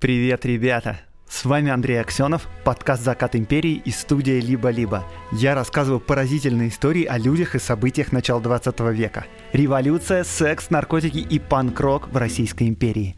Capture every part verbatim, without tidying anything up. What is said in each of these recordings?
Привет, ребята! С вами Андрей Аксенов, подкаст «Закат империи» и студия «Либо-либо». Я рассказываю поразительные истории о людях и событиях начала двадцатого века. Революция, секс, наркотики и панк-рок в Российской империи.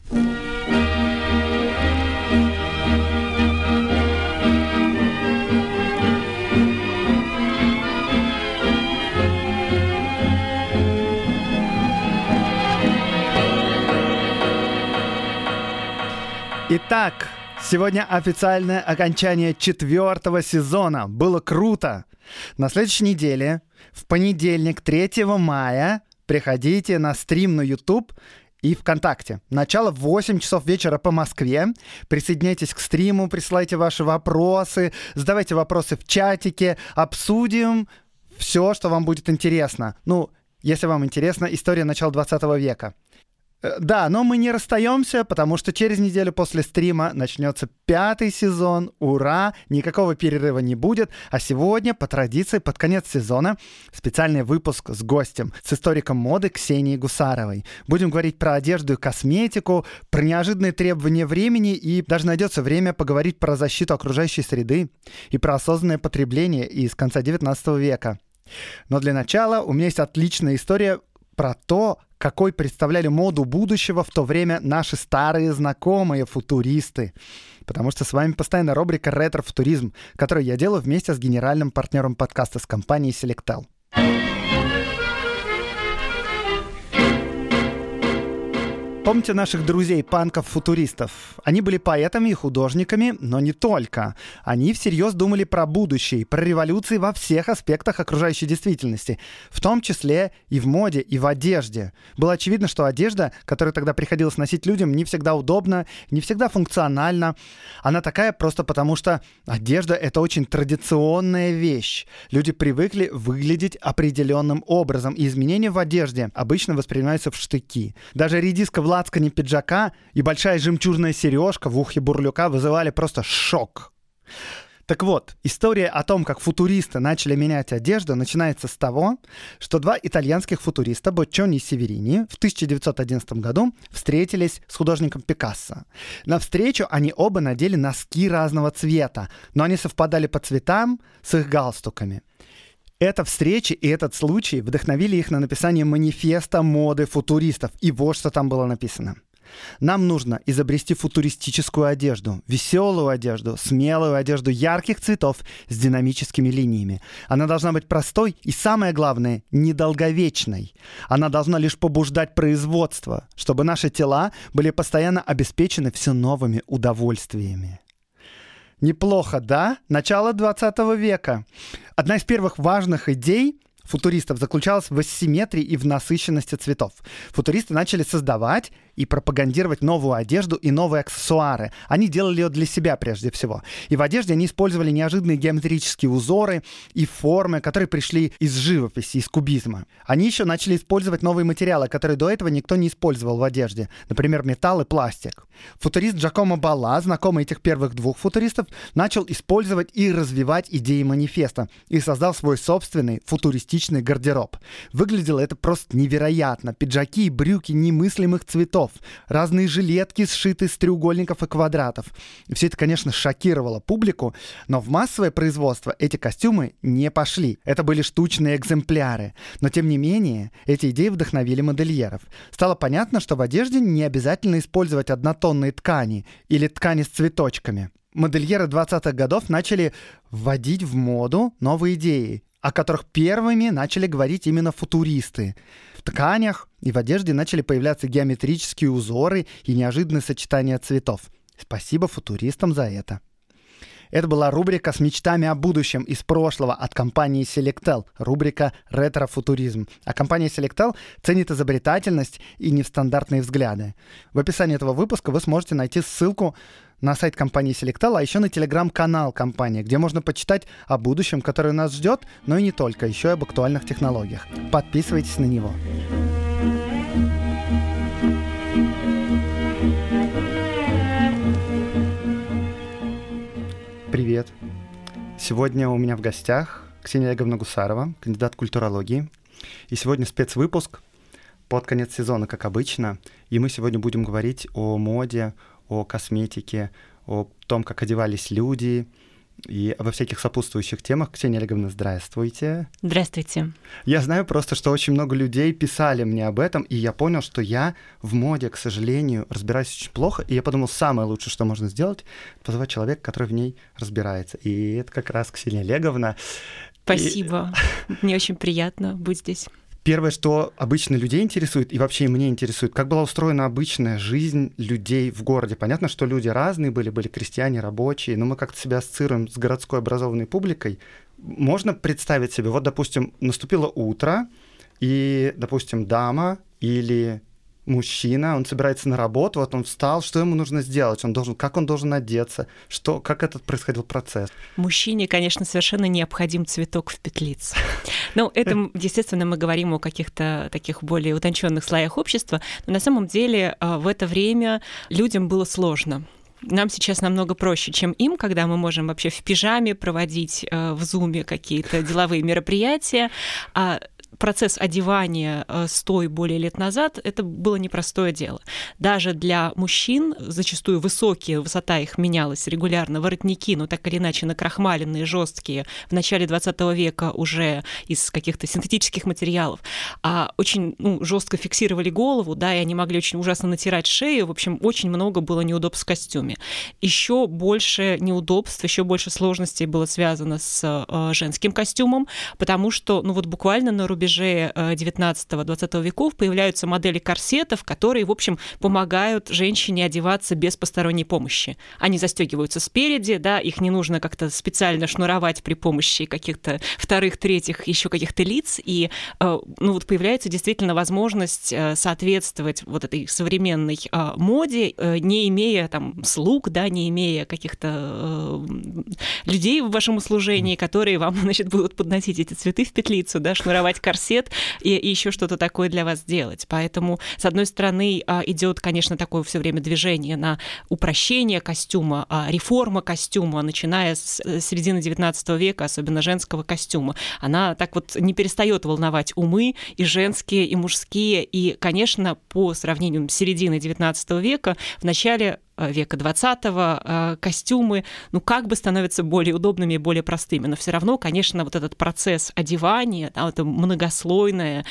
Итак, сегодня официальное окончание четвертого сезона. Было круто. На следующей неделе, в понедельник, третьего мая, приходите на стрим на YouTube и ВКонтакте. Начало в восемь часов вечера по Москве. Присоединяйтесь к стриму, присылайте ваши вопросы, задавайте вопросы в чатике, обсудим все, что вам будет интересно. Ну, если вам интересна история начала двадцатого века. Да, но мы не расстаемся, потому что через неделю после стрима начнется пятый сезон. Ура! Никакого перерыва не будет. А сегодня, по традиции, под конец сезона, специальный выпуск с гостем, с историком моды Ксенией Гусаровой. Будем говорить про одежду и косметику, про неожиданные требования времени, и даже найдется время поговорить про защиту окружающей среды и про осознанное потребление из конца девятнадцатого века. Но для начала у меня есть отличная история про то, какой представляли моду будущего в то время наши старые знакомые футуристы. Потому что с вами постоянно рубрика «Ретро-футуризм», которую я делаю вместе с генеральным партнером подкаста с компанией Selectel. Помните наших друзей, панков-футуристов? Они были поэтами и художниками, но не только. Они всерьез думали про будущее, про революции во всех аспектах окружающей действительности, в том числе и в моде, и в одежде. Было очевидно, что одежда, которую тогда приходилось носить людям, не всегда удобна, не всегда функциональна. Она такая просто потому, что одежда — это очень традиционная вещь. Люди привыкли выглядеть определенным образом, и изменения в одежде обычно воспринимаются в штыки. Даже редиска в лацкане пиджака и большая жемчужная сережка в ухе бурлюка вызывали просто шок. Так вот, история о том, как футуристы начали менять одежду, начинается с того, что два итальянских футуриста, Боччони и Северини, в тысяча девятьсот одиннадцатом году встретились с художником Пикассо. На встречу они оба надели носки разного цвета, но они совпадали по цветам с их галстуками. Эта встреча и этот случай вдохновили их на написание манифеста моды футуристов. И вот что там было написано. Нам нужно изобрести футуристическую одежду, веселую одежду, смелую одежду ярких цветов с динамическими линиями. Она должна быть простой и, самое главное, недолговечной. Она должна лишь побуждать производство, чтобы наши тела были постоянно обеспечены все новыми удовольствиями. Неплохо, да? Начало двадцатого века. Одна из первых важных идей футуристов заключалась в асимметрии и в насыщенности цветов. Футуристы начали создавать и пропагандировать новую одежду и новые аксессуары. Они делали ее для себя прежде всего. И в одежде они использовали неожиданные геометрические узоры и формы, которые пришли из живописи, из кубизма. Они еще начали использовать новые материалы, которые до этого никто не использовал в одежде. Например, металл и пластик. Футурист Джакомо Балла, знакомый этих первых двух футуристов, начал использовать и развивать идеи манифеста и создал свой собственный футуристичный гардероб. Выглядело это просто невероятно. Пиджаки и брюки немыслимых цветов, разные жилетки, сшитые из треугольников и квадратов. И все это, конечно, шокировало публику, но в массовое производство эти костюмы не пошли. Это были штучные экземпляры. Но, тем не менее, эти идеи вдохновили модельеров. Стало понятно, что в одежде не обязательно использовать однотонные ткани или ткани с цветочками. Модельеры двадцатых годов начали вводить в моду новые идеи, о которых первыми начали говорить именно футуристы. В тканях и в одежде начали появляться геометрические узоры и неожиданные сочетания цветов. Спасибо футуристам за это. Это была рубрика с мечтами о будущем из прошлого от компании Selectel, рубрика «Ретро-футуризм». А компания Selectel ценит изобретательность и нестандартные взгляды. В описании этого выпуска вы сможете найти ссылку на сайт компании Selectel, а еще на телеграм-канал компании, где можно почитать о будущем, которое нас ждет, но и не только, еще и об актуальных технологиях. Подписывайтесь на него. Привет. Сегодня у меня в гостях Ксения Олеговна Гусарова, кандидат культурологии. И сегодня спецвыпуск под конец сезона, как обычно. И мы сегодня будем говорить о моде, о косметике, о том, как одевались люди, и обо всяких сопутствующих темах. Ксения Олеговна, здравствуйте. Здравствуйте. Я знаю просто, что очень много людей писали мне об этом, и я понял, что я в моде, к сожалению, разбираюсь очень плохо, и я подумал, самое лучшее, что можно сделать, позвать человека, который в ней разбирается. И это как раз Ксения Олеговна. Спасибо. И... Мне очень приятно быть здесь. Первое, что обычно людей интересует, и вообще и меня интересует, как была устроена обычная жизнь людей в городе. Понятно, что люди разные были, были крестьяне, рабочие, но мы как-то себя ассоциируем с городской образованной публикой. Можно представить себе, вот, допустим, наступило утро, и, допустим, дама или мужчина, он собирается на работу, вот он встал, что ему нужно сделать, он должен, как он должен одеться, что, как этот происходил процесс? Мужчине, конечно, совершенно необходим цветок в петлице. Ну, это, естественно, мы говорим о каких-то таких более утонченных слоях общества, но на самом деле в это время людям было сложно. Нам сейчас намного проще, чем им, когда мы можем вообще в пижаме проводить в зуме какие-то деловые мероприятия. А процесс одевания сто и более лет назад — это было непростое дело. Даже для мужчин, зачастую высокие, высота их менялась регулярно, воротники, но так или иначе накрахмаленные, жесткие, в начале двадцатого века уже из каких-то синтетических материалов, а очень ну, жестко фиксировали голову, да, и они могли очень ужасно натирать шею. В общем, очень много было неудобств в костюме. Еще больше неудобств, еще больше сложностей было связано с э, женским костюмом, потому что, ну вот буквально на рубеже девятнадцатого-двадцатого веков появляются модели корсетов, которые, в общем, помогают женщине одеваться без посторонней помощи. Они застегиваются спереди, да, их не нужно как-то специально шнуровать при помощи каких-то вторых, третьих, еще каких-то лиц, и ну вот появляется действительно возможность соответствовать вот этой современной моде, не имея там слуг, да, не имея каких-то людей в вашем услужении, которые вам, значит, будут подносить эти цветы в петлицу, да, шнуровать корсет и, и еще что-то такое для вас делать. Поэтому, с одной стороны, идет, конечно, такое все время движение на упрощение костюма, реформа костюма, начиная с середины девятнадцатого века, особенно женского костюма. Она так вот не перестает волновать умы, и женские, и мужские. И, конечно, по сравнению с серединой девятнадцатого века, в начале века двадцатого костюмы, ну, как бы становятся более удобными и более простыми. Но все равно, конечно, вот этот процесс одевания, да, это многослойное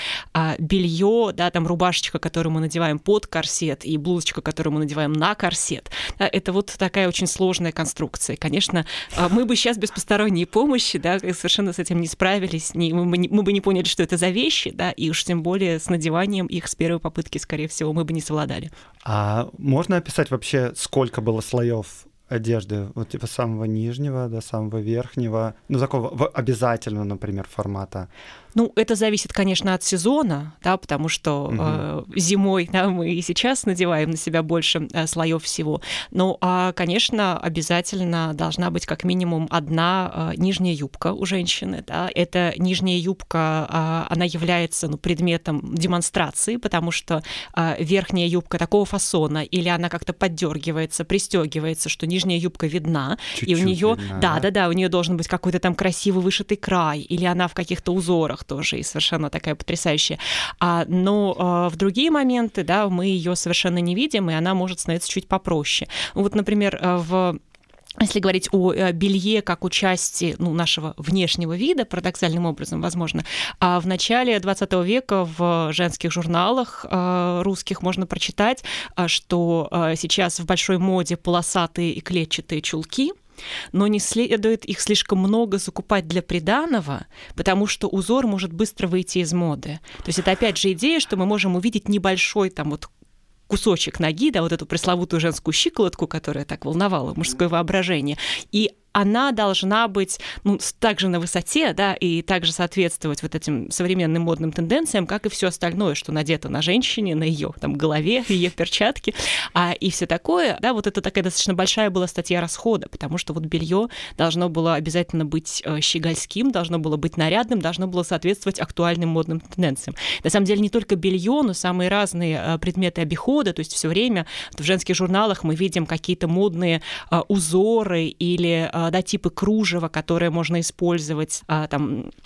белье, да, там рубашечка, которую мы надеваем под корсет, и блузочка, которую мы надеваем на корсет, да, это вот такая очень сложная конструкция. Конечно, мы бы сейчас без посторонней помощи, да, совершенно с этим не справились, не, мы, не, мы бы не поняли, что это за вещи, да, и уж тем более с надеванием их с первой попытки, скорее всего, мы бы не совладали. А можно описать вообще, сколько было слоев одежды, вот типа самого нижнего до самого верхнего, ну такого обязательного, например, формата? Ну, это зависит, конечно, от сезона, да, потому что угу. э, зимой, да, мы и сейчас надеваем на себя больше э, слоев всего. Ну, а, конечно, обязательно должна быть как минимум одна э, нижняя юбка у женщины. Да. Эта нижняя юбка, э, она является ну, предметом демонстрации, потому что э, верхняя юбка такого фасона, или она как-то поддергивается, пристегивается, что нижняя юбка видна, чуть-чуть и у нее, видна, да, да, да, да, у нее должен быть какой-то там красивый вышитый край, или она в каких-то узорах тоже, и совершенно такая потрясающая. А, но а, в другие моменты, да, мы ее совершенно не видим, и она может становиться чуть попроще. Вот, например, в Если говорить о белье как о части ну, нашего внешнего вида, парадоксальным образом, возможно, а в начале двадцатого века в женских журналах русских можно прочитать, что сейчас в большой моде полосатые и клетчатые чулки, но не следует их слишком много закупать для приданого, потому что узор может быстро выйти из моды. То есть это опять же идея, что мы можем увидеть небольшой там вот кусочек ноги, да, вот эту пресловутую женскую щиколотку, которая так волновала мужское воображение, и она должна быть ну, также на высоте, да, и также соответствовать вот этим современным модным тенденциям, как и все остальное, что надето на женщине, на ее там голове, ее перчатке, а, и все такое, да, вот это такая достаточно большая была статья расхода, потому что вот белье должно было обязательно быть щегольским, должно было быть нарядным, должно было соответствовать актуальным модным тенденциям. На самом деле не только белье, но самые разные предметы обихода, то есть все время в женских журналах мы видим какие-то модные узоры или да, типы кружева, которые можно использовать, а, там,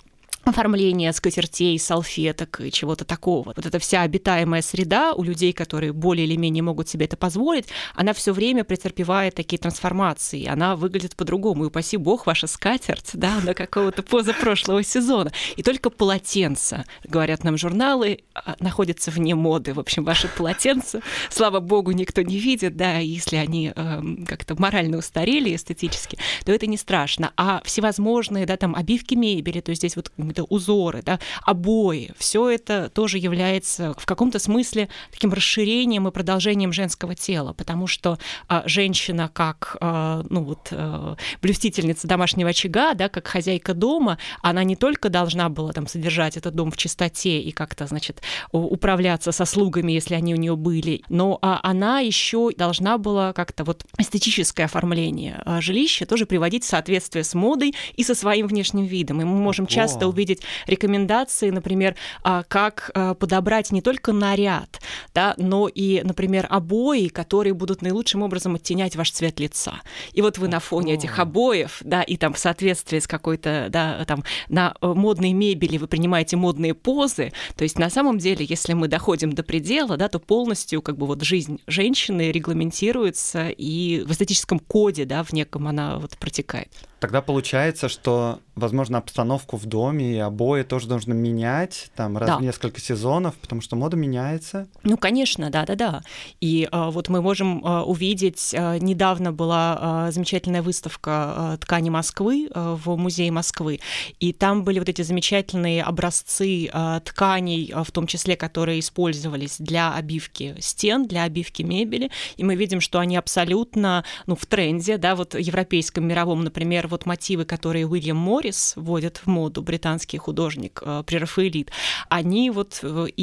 оформление скатертей, салфеток и чего-то такого. Вот эта вся обитаемая среда у людей, которые более или менее могут себе это позволить, она все время претерпевает такие трансформации. Она выглядит по-другому. И упаси бог, ваша скатерть, да, на какого-то позапрошлого сезона. И только полотенца, говорят нам журналы, находятся вне моды. В общем, ваши полотенца, слава богу, никто не видит, да, если они э, как-то морально устарели эстетически, то это не страшно. А всевозможные, да, там, обивки мебели, то есть здесь вот узоры, да, обои, все это тоже является в каком-то смысле таким расширением и продолжением женского тела, потому что а, женщина как а, ну вот, а, блюстительница домашнего очага, да, как хозяйка дома, она не только должна была там содержать этот дом в чистоте и как-то, значит, управляться со слугами, если они у нее были, но а, она еще должна была как-то вот эстетическое оформление а, жилища тоже приводить в соответствие с модой и со своим внешним видом. И мы можем Ого. часто увидеть рекомендации, например, как подобрать не только наряд, да, но и, например, обои, которые будут наилучшим образом оттенять ваш цвет лица. И вот вы на фоне этих обоев, да, и там в соответствии с какой-то, да, там, на модной мебели вы принимаете модные позы, то есть на самом деле, если мы доходим до предела, да, то полностью как бы вот жизнь женщины регламентируется и в эстетическом коде, да, в неком она вот протекает. Тогда получается, что, возможно, обстановку в доме и обои тоже нужно менять там раз да. в несколько сезонов, потому что мода меняется. Ну, конечно, да-да-да. И а, вот мы можем а, увидеть, а, недавно была а, замечательная выставка а, ткани Москвы а, в Музее Москвы, и там были вот эти замечательные образцы а, тканей, а, в том числе, которые использовались для обивки стен, для обивки мебели, и мы видим, что они абсолютно, ну, в тренде, да, вот европейском, мировом, например, вот мотивы, которые Уильям Моррис вводит в моду, британский художник, прерафаэлит, они вот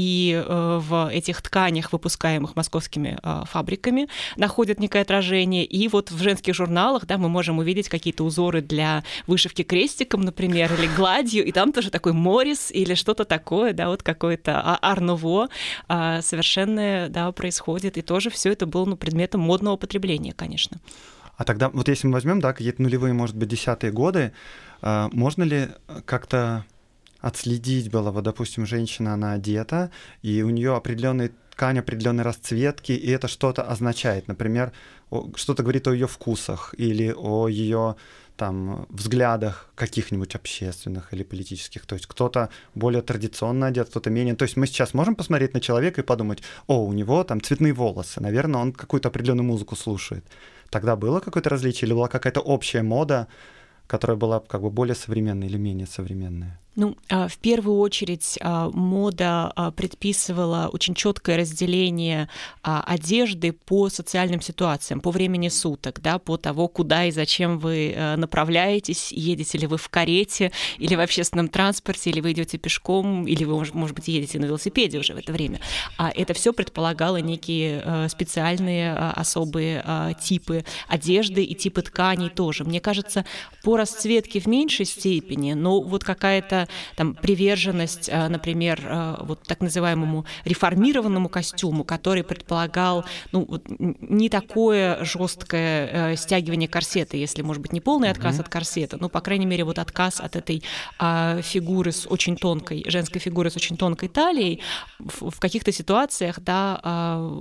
и в этих тканях, выпускаемых московскими фабриками, находят некое отражение, и вот в женских журналах, да, мы можем увидеть какие-то узоры для вышивки крестиком, например, или гладью, и там тоже такой Моррис или что-то такое, да, вот какое-то ар-нуво совершенно, да, происходит, и тоже все это было, ну, предметом модного потребления, конечно. А тогда, вот если мы возьмем, да, какие-то нулевые, может быть, десятые годы, э, можно ли как-то отследить было, вот, допустим, женщина, она одета, и у нее определенная ткань, определенной расцветки, и это что-то означает, например, что-то говорит о ее вкусах или о ее там взглядах каких-нибудь общественных или политических. То есть кто-то более традиционно одет, кто-то менее. То есть мы сейчас можем посмотреть на человека и подумать: о, у него там цветные волосы, наверное, он какую-то определенную музыку слушает. Тогда было какое-то различие или была какая-то общая мода, которая была как бы более современная или менее современная? Ну, в первую очередь мода предписывала очень четкое разделение одежды по социальным ситуациям, по времени суток, да, по того, куда и зачем вы направляетесь, едете ли вы в карете или в общественном транспорте, или вы идете пешком, или вы, может быть, едете на велосипеде уже в это время. А это все предполагало некие специальные особые типы одежды и типы тканей тоже. Мне кажется, по расцветке в меньшей степени, но вот какая-то там приверженность, например, вот так называемому реформированному костюму, который предполагал, ну, вот, не такое жесткое стягивание корсета, если, может быть, не полный отказ mm-hmm. от корсета, но, по крайней мере, вот отказ от этой а, фигуры с очень тонкой, женской фигуры с очень тонкой талией в, в каких-то ситуациях, да, а,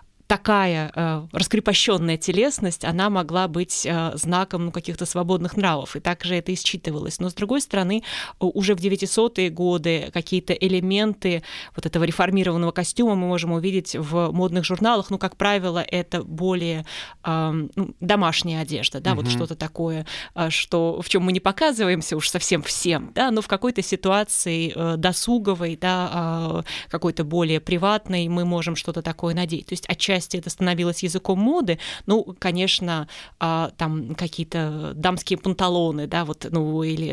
такая э, раскрепощенная телесность, она могла быть э, знаком, ну, каких-то свободных нравов, и также это и считывалось. Но, с другой стороны, уже в девятисотые годы какие-то элементы вот этого реформированного костюма мы можем увидеть в модных журналах. Ну, как правило, это более э, ну, домашняя одежда, да, mm-hmm. вот что-то такое, что, в чем мы не показываемся уж совсем всем, да, но в какой-то ситуации э, досуговой, да, э, какой-то более приватной мы можем что-то такое надеть. То есть отчасти это становилось языком моды. Ну, конечно, там какие-то дамские панталоны, да, вот, ну, или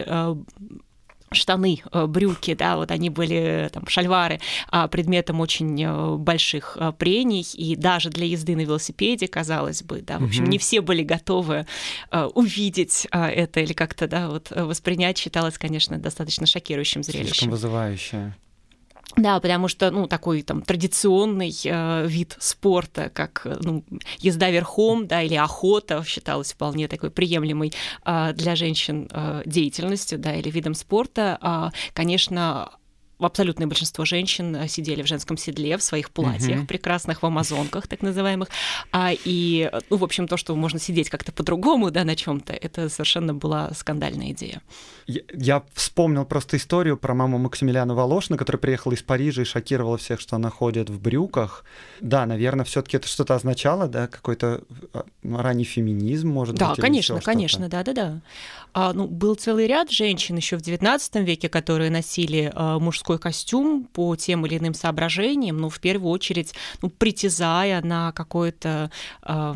штаны, брюки, да, вот они были, там, шальвары, предметом очень больших прений, и даже для езды на велосипеде, казалось бы, да, в общем, mm-hmm. не все были готовы увидеть это или как-то, да, вот воспринять, считалось, конечно, достаточно шокирующим зрелищем. Слишком вызывающее. Да, потому что, ну, такой там традиционный э, вид спорта, как ну, езда верхом, да, или охота считалась вполне такой приемлемой э, для женщин э, деятельностью, да, или видом спорта. А, конечно, абсолютное большинство женщин сидели в женском седле, в своих платьях uh-huh. прекрасных, в амазонках так называемых. А, и, ну, в общем, то, что можно сидеть как-то по-другому, да, на чем-то, это совершенно была скандальная идея. Я, я вспомнил просто историю про маму Максимилиана Волошина, которая приехала из Парижа и шокировала всех, что она ходит в брюках. Да, наверное, все-таки это что-то означало, да, какой-то ранний феминизм, может да, быть, конечно, или ещё конечно, да-да-да. А, ну, был целый ряд женщин еще в девятнадцатом веке, которые носили а, мужской костюм по тем или иным соображениям, ну, в первую очередь, ну, притязая на какой-то э,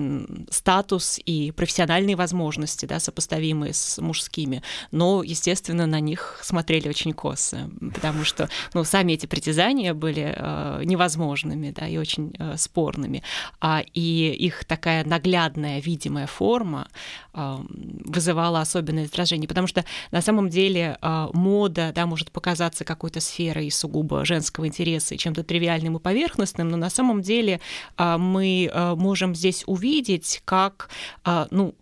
статус и профессиональные возможности, да, сопоставимые с мужскими. Но, естественно, на них смотрели очень косо, потому что, ну, сами эти притязания были э, невозможными, да, и очень э, спорными. А, и их такая наглядная, видимая форма э, вызывала особенное раздражение, потому что на самом деле э, мода, да, может показаться какой-то сферой сугубо женского интереса и чем-то тривиальным и поверхностным, но на самом деле э, мы э, можем здесь увидеть, как, э, ну,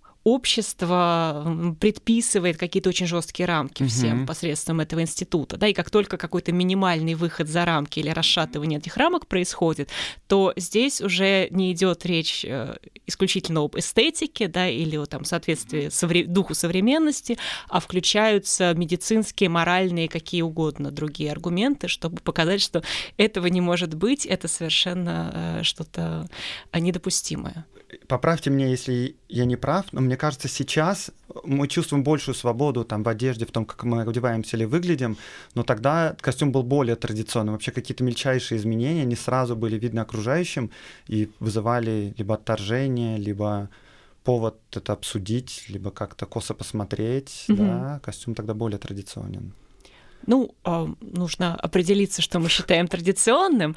общество предписывает какие-то очень жесткие рамки всем uh-huh. посредством этого института, да, и как только какой-то минимальный выход за рамки или расшатывание этих рамок происходит, то здесь уже не идет речь исключительно об эстетике, да, или о там, соответствии совре- духу современности, а включаются медицинские, моральные, какие угодно другие аргументы, чтобы показать, что этого не может быть, это совершенно что-то недопустимое. Поправьте меня, если я не прав, но мне кажется, сейчас мы чувствуем большую свободу там, в одежде, в том, как мы одеваемся или выглядим, но тогда костюм был более традиционным. Вообще какие-то мельчайшие изменения не сразу были видны окружающим и вызывали либо отторжение, либо повод это обсудить, либо как-то косо посмотреть. Mm-hmm. Да? Костюм тогда более традиционен. Ну, нужно определиться, что мы считаем традиционным,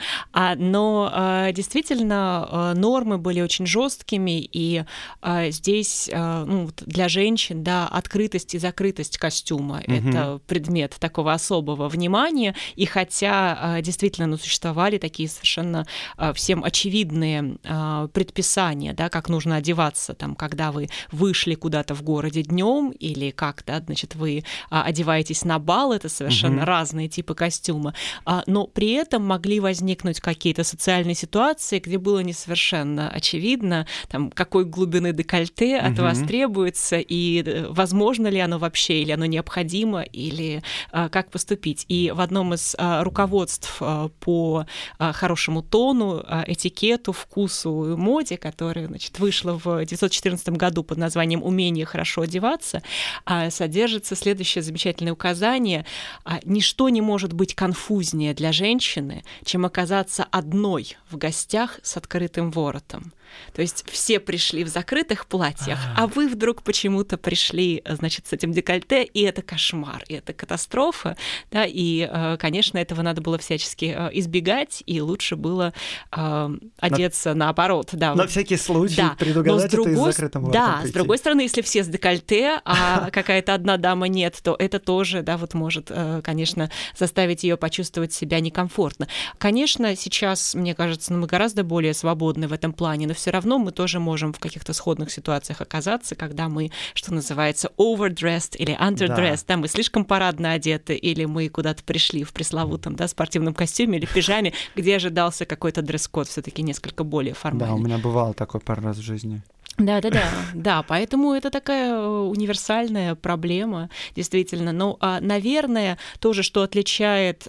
но действительно нормы были очень жесткими, и здесь ну, для женщин, да, открытость и закрытость костюма угу. — это предмет такого особого внимания, и хотя действительно ну, существовали такие совершенно всем очевидные предписания, да, как нужно одеваться, там, когда вы вышли куда-то в городе днем, или как, да, значит, вы одеваетесь на бал, это совершенно совершенно mm-hmm. разные типы костюма, но при этом могли возникнуть какие-то социальные ситуации, где было не совершенно очевидно, там, какой глубины декольте mm-hmm. от вас требуется, и возможно ли оно вообще, или оно необходимо, или как поступить. И в одном из руководств по хорошему тону, этикету, вкусу и моде, которое, значит, вышло в девятьсот четырнадцатом году под названием «Умение хорошо одеваться», содержится следующее замечательное указание: ничто не может быть конфузнее для женщины, чем оказаться одной в гостях с открытым воротом. То есть все пришли в закрытых платьях, а вы вдруг почему-то пришли, значит, с этим декольте, и это кошмар, и это катастрофа, да, и, конечно, этого надо было всячески избегать, и лучше было э, одеться на... наоборот. Да. На всякий случай да. предугадать это и с закрытым воротом Да, прийти. С другой стороны, если все с декольте, а какая-то одна дама нет, то это тоже, да, вот может, конечно, заставить ее почувствовать себя некомфортно. Конечно, сейчас, мне кажется, мы гораздо более свободны в этом плане, но все равно мы тоже можем в каких-то сходных ситуациях оказаться, когда мы, что называется, overdressed или underdressed, да. Да, мы слишком парадно одеты, или мы куда-то пришли в пресловутом, да, спортивном костюме или пижаме, где ожидался какой-то дресс-код все-таки несколько более формальный. Да, у меня бывало такой пару раз в жизни. Да, да, да, да, поэтому это такая универсальная проблема, действительно. Но, наверное, тоже, что отличает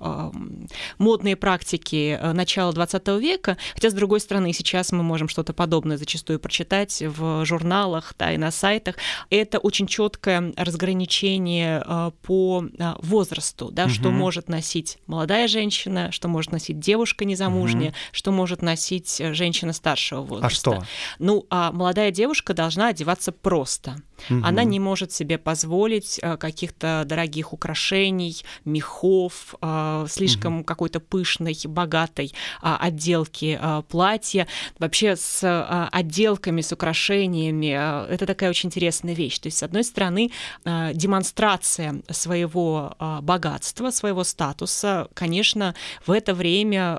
модные практики начала двадцатого века, хотя, с другой стороны, сейчас мы можем что-то подобное зачастую прочитать в журналах, да, и на сайтах, это очень четкое разграничение по возрасту, да, угу. что может носить молодая женщина, что может носить девушка незамужняя, угу. что может носить женщина старшего возраста. А что? Ну, а молодая девушка должна одеваться просто. Угу. Она не может себе позволить каких-то дорогих украшений, мехов, слишком угу. какой-то пышной, богатой отделки платья. Вообще с отделками, с украшениями это такая очень интересная вещь. То есть, с одной стороны, демонстрация своего богатства, своего статуса, конечно, в это время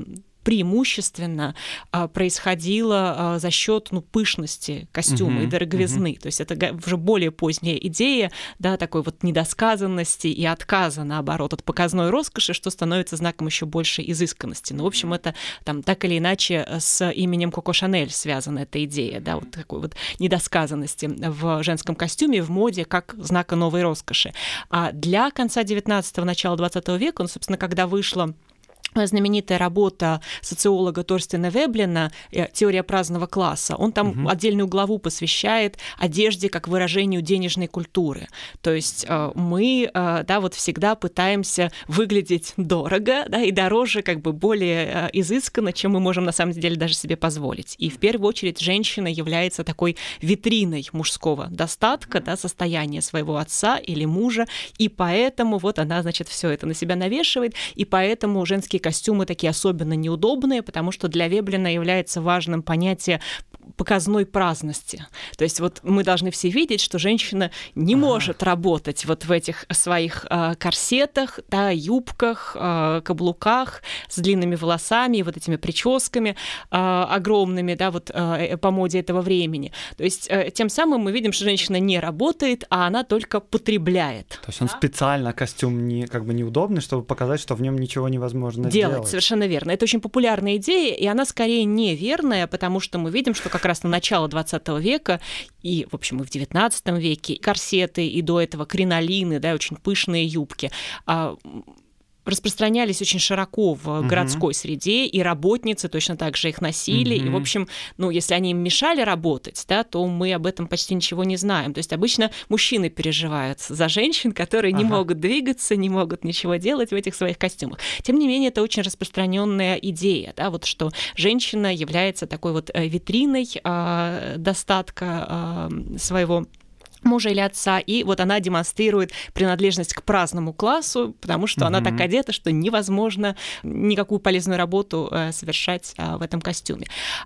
преимущественно а, происходило а, за счет ну, пышности костюма uh-huh, и дороговизны. Uh-huh. То есть это уже более поздняя идея, да, такой вот недосказанности и отказа, наоборот, от показной роскоши, что становится знаком еще большей изысканности. Ну, в общем, это там так или иначе с именем Коко Шанель связана эта идея, да, вот такой вот недосказанности в женском костюме, в моде, как знака новой роскоши. А для конца девятнадцатого, начала двадцатого века, ну, собственно, когда вышла знаменитая работа социолога Торстена Веблина «Теория праздного класса». Он там угу. отдельную главу посвящает одежде как выражению денежной культуры. То есть мы, да, вот всегда пытаемся выглядеть дорого, да, и дороже, как бы более изысканно, чем мы можем на самом деле даже себе позволить. И в первую очередь женщина является такой витриной мужского достатка, да, состояния своего отца или мужа, и поэтому вот она, значит, все это на себя навешивает, и поэтому женские костюмы такие особенно неудобные, потому что для Веблина является важным понятие показной праздности. То есть вот мы должны все видеть, что женщина не ага. может работать вот в этих своих э, корсетах, да, юбках, э, каблуках, с длинными волосами и вот этими прическами э, огромными, да, вот э, по моде этого времени. То есть э, тем самым мы видим, что женщина не работает, а она только потребляет. То есть он да? специально костюм не, как бы неудобный, чтобы показать, что в нем ничего невозможно делать. Делать, совершенно верно. Это очень популярная идея, и она скорее неверная, потому что мы видим, что как раз на начало двадцатого века и, в общем, и в девятнадцатом веке корсеты, и до этого кринолины, да, очень пышные юбки распространялись очень широко в uh-huh. городской среде, и работницы точно так же их носили. Uh-huh. И, в общем, ну, если они им мешали работать, да, то мы об этом почти ничего не знаем. То есть обычно мужчины переживают за женщин, которые uh-huh. не могут двигаться, не могут ничего делать в этих своих костюмах. Тем не менее, это очень распространенная идея, да, вот, что женщина является такой вот витриной э, достатка э, своего мужа или отца, и вот она демонстрирует принадлежность к праздному классу, потому что mm-hmm. она так одета, что невозможно никакую полезную работу э, совершать э, в этом костюме.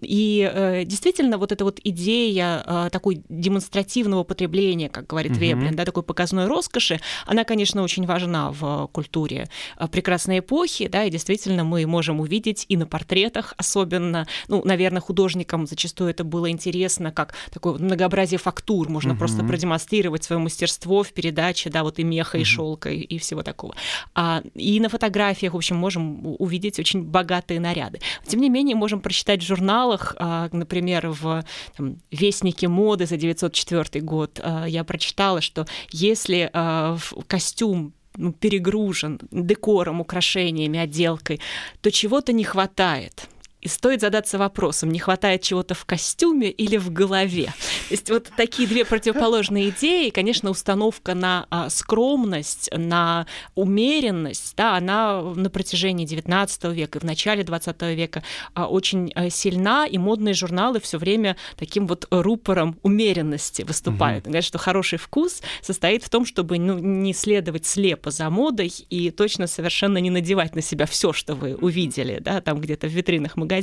И э, действительно, вот эта вот идея э, такой демонстративного потребления, как говорит mm-hmm. Веблин, да, такой показной роскоши, она, конечно, очень важна в культуре прекрасной эпохи, да, и действительно мы можем увидеть и на портретах особенно, ну, наверное, художникам зачастую это было интересно, как такое вот многообразие фактур, можно mm-hmm. просто продемонстрировать демонстрировать свое мастерство в передаче, да, вот и меха, uh-huh. и шелка, и, и всего такого. А, и на фотографиях, в общем, можем увидеть очень богатые наряды. Тем не менее, можем прочитать в журналах, а, например, в там, «Вестнике моды» за девятьсот четвёртый год а, я прочитала, что если а, костюм ну, перегружен декором, украшениями, отделкой, то чего-то не хватает. И стоит задаться вопросом, не хватает чего-то в костюме или в голове. То есть вот такие две противоположные идеи, конечно, установка на а, скромность, на умеренность, да, она на протяжении девятнадцатого века и в начале двадцатого века а, очень а, сильна, и модные журналы все время таким вот рупором умеренности выступают. Угу. Говорят, что хороший вкус состоит в том, чтобы ну, не следовать слепо за модой и точно совершенно не надевать на себя все, что вы увидели, да, там где-то в витринах магазинов,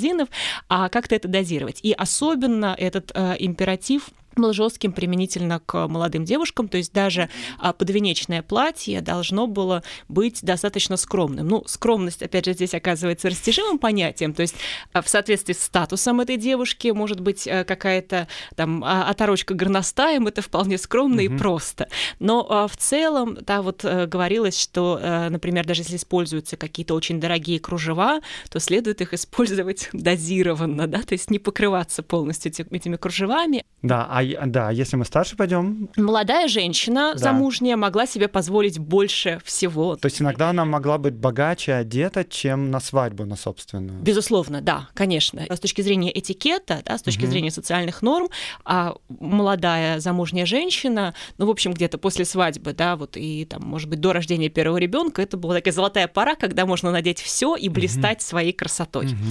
а как-то это дозировать. И особенно этот э, императив был жестким применительно к молодым девушкам, то есть даже а, подвенечное платье должно было быть достаточно скромным. Ну, скромность, опять же, здесь оказывается растяжимым понятием, то есть а, в соответствии с статусом этой девушки может быть а, какая-то там а, оторочка горностаем, это вполне скромно mm-hmm. и просто. Но а, в целом, да, вот а, говорилось, что, а, например, даже если используются какие-то очень дорогие кружева, то следует их использовать дозированно, да, то есть не покрываться полностью этими кружевами. Да, а да, если мы старше пойдем. Молодая женщина, да. замужняя, могла себе позволить больше всего. То есть иногда она могла быть богаче одета, чем на свадьбу, на собственную. Безусловно, да, конечно. С точки зрения этикета, да, с точки угу. зрения социальных норм, а молодая замужняя женщина, ну, в общем, где-то после свадьбы, да, вот и там, может быть, до рождения первого ребенка, это была такая золотая пора, когда можно надеть все и блистать угу. своей красотой. Угу.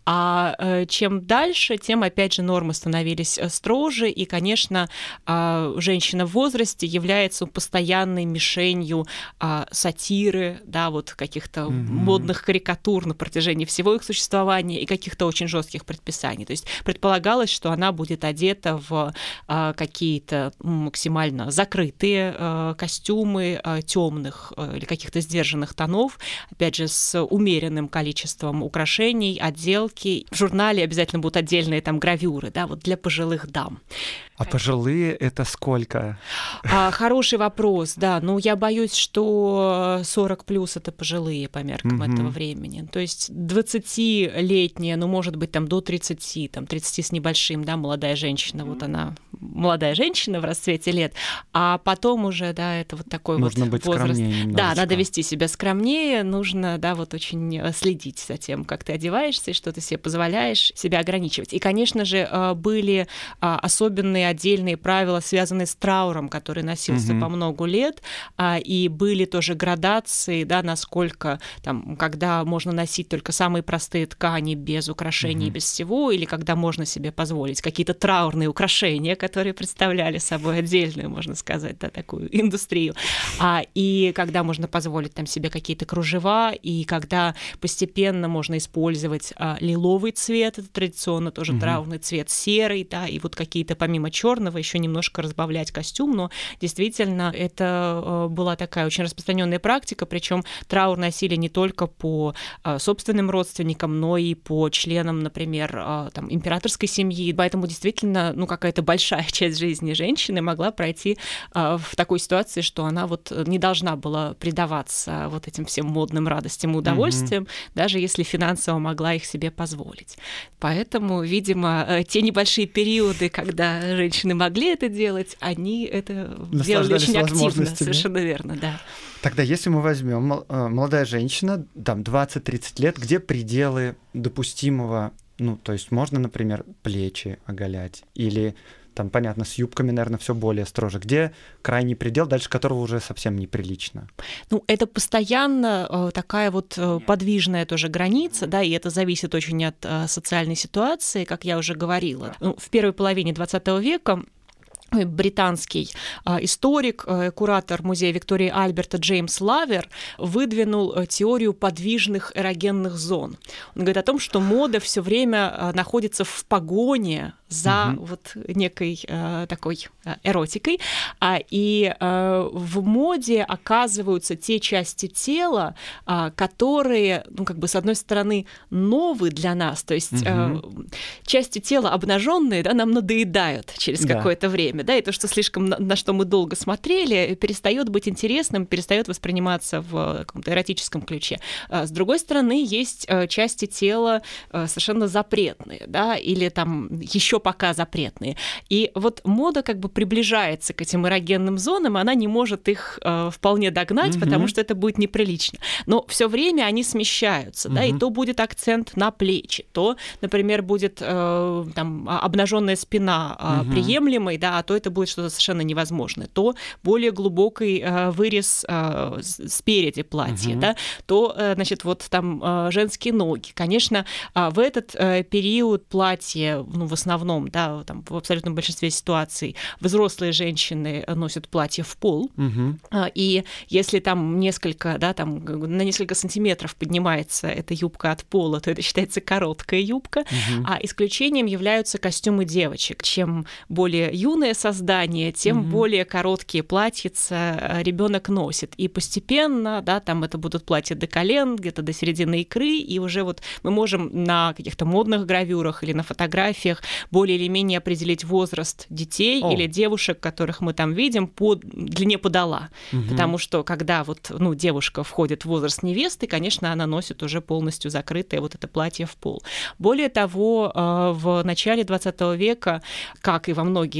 А э, чем дальше, тем, опять же, нормы становились строже, и, конечно, э, женщина в возрасте является постоянной мишенью э, сатиры, да, вот каких-то угу. модных карикатур на протяжении всего их существования и каких-то очень жестких предписаний. То есть предполагалось, что она будет одета в э, какие-то максимально закрытые э, костюмы э, темных э, или каких-то сдержанных тонов, опять же, с умеренным количеством украшений, отделки. В журнале обязательно будут отдельные там гравюры, да, вот для пожилых дам. А пожилые это сколько? А, хороший вопрос, да. Ну, я боюсь, что сорок плюс это пожилые по меркам mm-hmm. этого времени. То есть двадцатилетняя, ну, может быть, там до тридцати, там тридцати с небольшим, да, молодая женщина, вот она, молодая женщина в расцвете лет, а потом уже, да, это вот такой нужно вот быть возраст. Скромнее немножечко. Да, надо вести себя скромнее, нужно, да, вот очень следить за тем, как ты одеваешься и что ты себе позволяешь себя ограничивать. И, конечно же, были особенные отдельные правила, связанные с трауром, который носился угу. по много лет, и были тоже градации, да, насколько там, когда можно носить только самые простые ткани без украшений, угу. без всего, или когда можно себе позволить какие-то траурные украшения, которые представляли собой отдельную, можно сказать, да, такую индустрию, а, и когда можно позволить там себе какие-то кружева, и когда постепенно можно использовать а, лиловый цвет, это традиционно тоже угу. траурный цвет, серый, да, и вот какие-то помимо черного еще немножко разбавлять костюм, но действительно это была такая очень распространенная практика, причем траур носили не только по собственным родственникам, но и по членам, например, там, императорской семьи, поэтому действительно, ну, какая-то большая часть жизни женщины могла пройти в такой ситуации, что она вот не должна была предаваться вот этим всем модным радостям и удовольствиям, mm-hmm. даже если финансово могла их себе позволить. Поэтому, видимо, те небольшие периоды, когда женщины могли это делать, они это делали очень активно, совершенно верно, да. Тогда, если мы возьмем молодая женщина, там двадцать-тридцать лет, где пределы допустимого, ну, то есть можно, например, плечи оголять, или там, понятно, с юбками, наверное, все более строже. Где крайний предел, дальше которого уже совсем неприлично? Ну, это постоянно э, такая вот э, подвижная тоже граница, да, и это зависит очень от э, социальной ситуации, как я уже говорила. Ну, в первой половине двадцатого века британский а, историк, а, куратор музея Виктории Альберта Джеймс Лавер выдвинул а, теорию подвижных эрогенных зон. Он говорит о том, что мода все время а, находится в погоне за угу. вот некой а, такой а, эротикой, а, и а, в моде оказываются те части тела, а, которые, ну, как бы, с одной стороны, новые для нас, то есть угу. а, части тела обнаженные, да, нам надоедают через да. какое-то время. Да, и то, что слишком на, на что мы долго смотрели, перестает быть интересным, перестает восприниматься в каком-то эротическом ключе. С другой стороны, есть части тела совершенно запретные, да, или там еще пока запретные. И вот мода как бы приближается к этим эрогенным зонам, она не может их вполне догнать, угу. потому что это будет неприлично. Но все время они смещаются, угу. да, и то будет акцент на плечи, то, например, будет там обнаженная спина угу. приемлемой, да, то это будет что-то совершенно невозможное, то более глубокий э, вырез э, спереди платья, угу. да, то, э, значит, вот там э, женские ноги. Конечно, э, в этот э, период платье, ну, в основном, да, там, в абсолютном большинстве ситуаций взрослые женщины носят платье в пол, угу. э, и если там несколько, да, там на несколько сантиметров поднимается эта юбка от пола, то это считается короткая юбка, угу. а исключением являются костюмы девочек. Чем более юные создание, тем mm-hmm. более короткие платьица ребенок носит. И постепенно, да, там это будут платья до колен, где-то до середины икры, и уже вот мы можем на каких-то модных гравюрах или на фотографиях более или менее определить возраст детей oh. или девушек, которых мы там видим, по длине подола. Mm-hmm. Потому что когда вот, ну, девушка входит в возраст невесты, конечно, она носит уже полностью закрытое вот это платье в пол. Более того, в начале двадцатого века, как и во многие, да, другие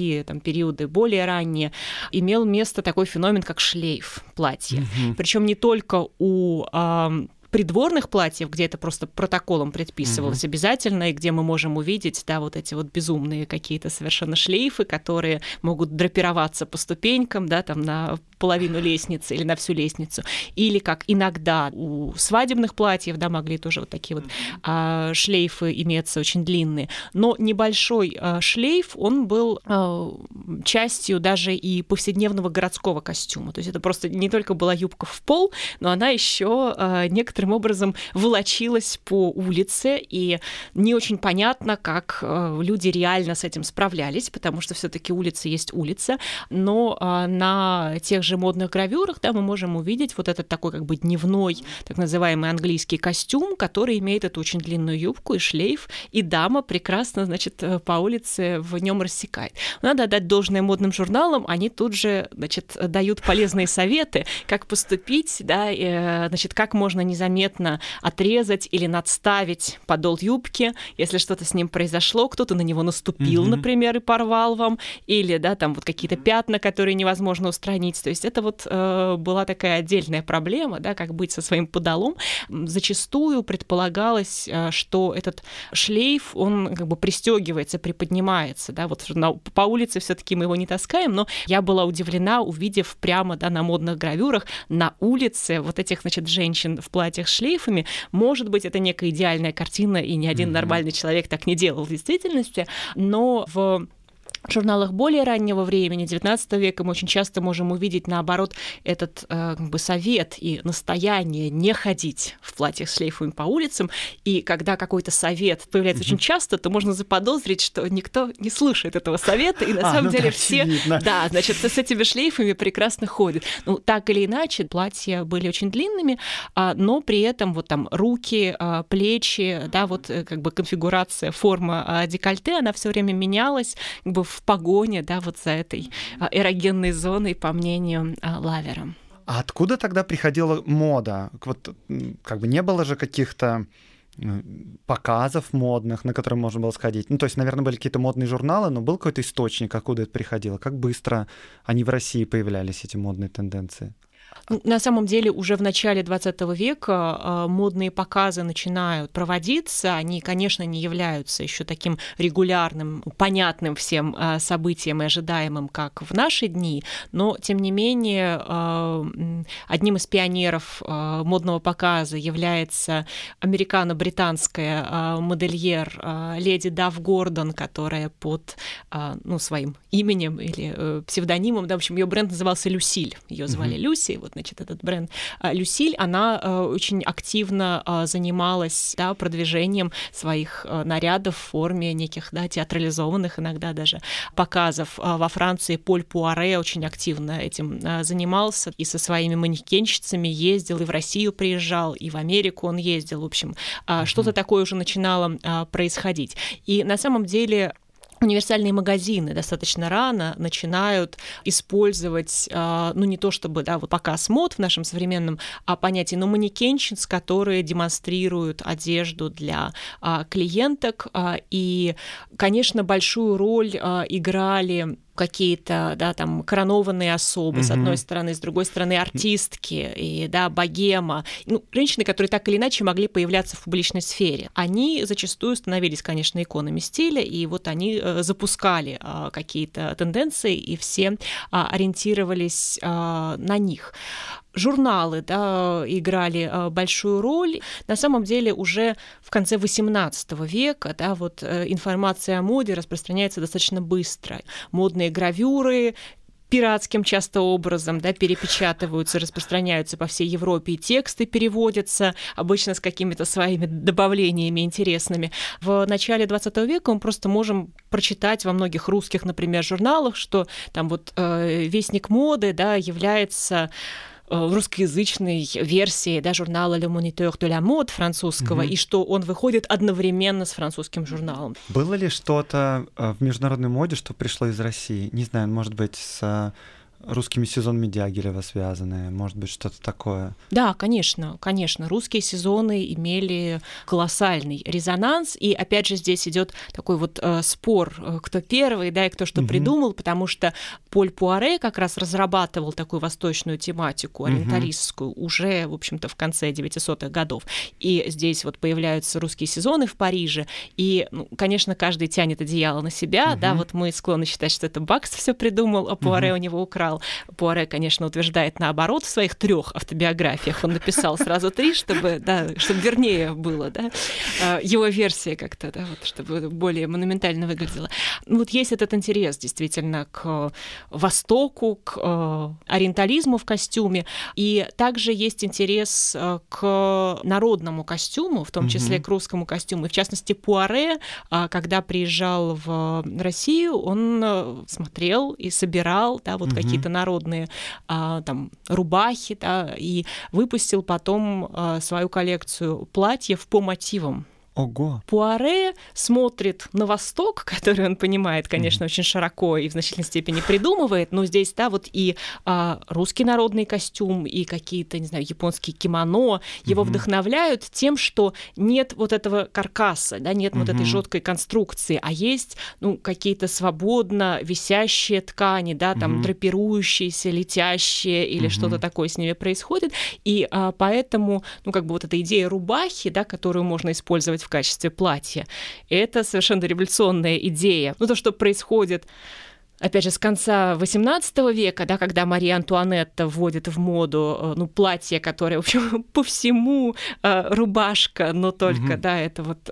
другие там периоды более ранние, имел место такой феномен, как шлейф платья. Mm-hmm. Причем не только у э, придворных платьев, где это просто протоколом предписывалось mm-hmm. обязательно, и где мы можем увидеть, да, вот эти вот безумные какие-то совершенно шлейфы, которые могут драпироваться по ступенькам, да, там на половину лестницы или на всю лестницу, или как иногда у свадебных платьев, да, могли тоже вот такие вот а, шлейфы иметься очень длинные, но небольшой а, шлейф, он был а, частью даже и повседневного городского костюма, то есть это просто не только была юбка в пол, но она еще а, некоторым образом волочилась по улице, и не очень понятно, как а, люди реально с этим справлялись, потому что все-таки улица есть улица, но а, на тех же модных гравюрах, да, мы можем увидеть вот этот такой как бы дневной, так называемый английский костюм, который имеет эту очень длинную юбку и шлейф, и дама прекрасно, значит, по улице в нем рассекает. Надо отдать должное модным журналам, они тут же, значит, дают полезные советы, как поступить, да, и, значит, как можно незаметно отрезать или надставить подол юбки, если что-то с ним произошло, кто-то на него наступил, mm-hmm. например, и порвал вам, или, да, там вот какие-то пятна, которые невозможно устранить. То есть это вот э, была такая отдельная проблема, да, как быть со своим подолом. Зачастую предполагалось, э, что этот шлейф, он как бы пристегивается, приподнимается, да, вот на, по улице все-таки мы его не таскаем, но я была удивлена, увидев прямо, да, на модных гравюрах на улице вот этих, значит, женщин в платьях с шлейфами. Может быть, это некая идеальная картина, и ни один mm-hmm. нормальный человек так не делал в действительности, но в В журналах более раннего времени, девятнадцатого века, мы очень часто можем увидеть, наоборот, этот э, как бы совет и настояние не ходить в платьях с шлейфами по улицам. И когда какой-то совет появляется mm-hmm. очень часто, то можно заподозрить, что никто не слушает этого совета, и на а, самом ну деле да, все, очевидно. да, значит, с этими шлейфами прекрасно ходят. Ну, так или иначе, платья были очень длинными, а, но при этом вот там руки, а, плечи, да, вот как бы конфигурация, форма а, декольте, она все время менялась, как бы в погоне, да, вот за этой эрогенной зоной, по мнению Лавера. А откуда тогда приходила мода? Вот как бы не было же каких-то показов модных, на которые можно было сходить. Ну, то есть, наверное, были какие-то модные журналы, но был какой-то источник, откуда это приходило? Как быстро они в России появлялись, эти модные тенденции? На самом деле уже в начале двадцатого века модные показы начинают проводиться. Они, конечно, не являются еще таким регулярным, понятным всем событием и ожидаемым, как в наши дни, но, тем не менее, одним из пионеров модного показа является американо-британская модельер леди Дав Гордон, которая под, ну, своим именем или псевдонимом, да, в общем, ее бренд назывался Люсиль, ее звали mm-hmm. Люси, вот, значит, этот бренд Люсиль, она э, очень активно э, занималась, да, продвижением своих э, нарядов в форме неких, да, театрализованных иногда даже показов. Э, во Франции Поль Пуаре очень активно этим э, занимался и со своими манекенщицами ездил, и в Россию приезжал, и в Америку он ездил, в общем, э, mm-hmm. что-то такое уже начинало э, происходить. И на самом деле универсальные магазины достаточно рано начинают использовать, ну, не то чтобы, да, вот показ мод в нашем современном понятии, но манекенщиц, которые демонстрируют одежду для клиенток. И, конечно, большую роль играли какие-то, да, там, коронованные особы, mm-hmm. с одной стороны, с другой стороны, артистки, и, да, богема. Ну, женщины, которые так или иначе могли появляться в публичной сфере. Они зачастую становились, конечно, иконами стиля, и вот они э, запускали э, какие-то тенденции, и все э, ориентировались э, на них. Журналы, да, играли э, большую роль. На самом деле уже в конце восемнадцатого века, да, вот, э, информация о моде распространяется достаточно быстро. Модные гравюры пиратским часто образом, да, перепечатываются, распространяются по всей Европе, и тексты переводятся, обычно с какими-то своими добавлениями интересными. В начале двадцатого века мы просто можем прочитать во многих русских, например, журналах, что там вот э, «Вестник моды», да, является в русскоязычной версии, да, журнала Le Moniteur de la Mode французского, mm-hmm. и что он выходит одновременно с французским журналом. Было ли что-то в международной моде, что пришло из России? Не знаю, может быть, с русскими сезонами Дягилева связанные, может быть, что-то такое? Да, конечно, конечно. Русские сезоны имели колоссальный резонанс, и опять же здесь идет такой вот э, спор, кто первый, да, и кто что угу. придумал, потому что Поль Пуаре как раз разрабатывал такую восточную тематику, ориенталистскую, угу. уже, в общем-то, в конце девятисотых годов. И здесь вот появляются русские сезоны в Париже, и, ну, конечно, каждый тянет одеяло на себя, угу. да, вот мы склонны считать, что это Бакс все придумал, а Пуаре угу. у него украл. Пуаре, конечно, утверждает наоборот в своих трех автобиографиях. Он написал сразу три, чтобы, да, чтобы вернее было, да, его версия как-то, да, вот, чтобы более монументально выглядела. Ну, вот есть этот интерес действительно к Востоку, к ориентализму в костюме, и также есть интерес к народному костюму, в том числе mm-hmm. к русскому костюму. И в частности, Пуаре, когда приезжал в Россию, он смотрел и собирал, да, вот mm-hmm. какие-то народные а, там рубахи, да, и выпустил потом а, свою коллекцию платьев по мотивам. Ого. Пуаре смотрит на Восток, который он понимает, конечно, mm-hmm. очень широко и в значительной степени придумывает, но здесь, да, вот и а, русский народный костюм, и какие-то, не знаю, японские кимоно его mm-hmm. вдохновляют тем, что нет вот этого каркаса, да, нет mm-hmm. вот этой жесткой конструкции, а есть, ну, какие-то свободно висящие ткани, да, там, mm-hmm. драпирующиеся, летящие или mm-hmm. что-то такое с ними происходит, и а, поэтому, ну, как бы вот эта идея рубахи, да, которую можно использовать в качестве платья. Это совершенно революционная идея. Ну, то, что происходит, опять же, с конца восемнадцатого века, да, когда Мария Антуанетта вводит в моду, ну, платье, которое, в общем, по всему э, рубашка, но только, mm-hmm. да, это вот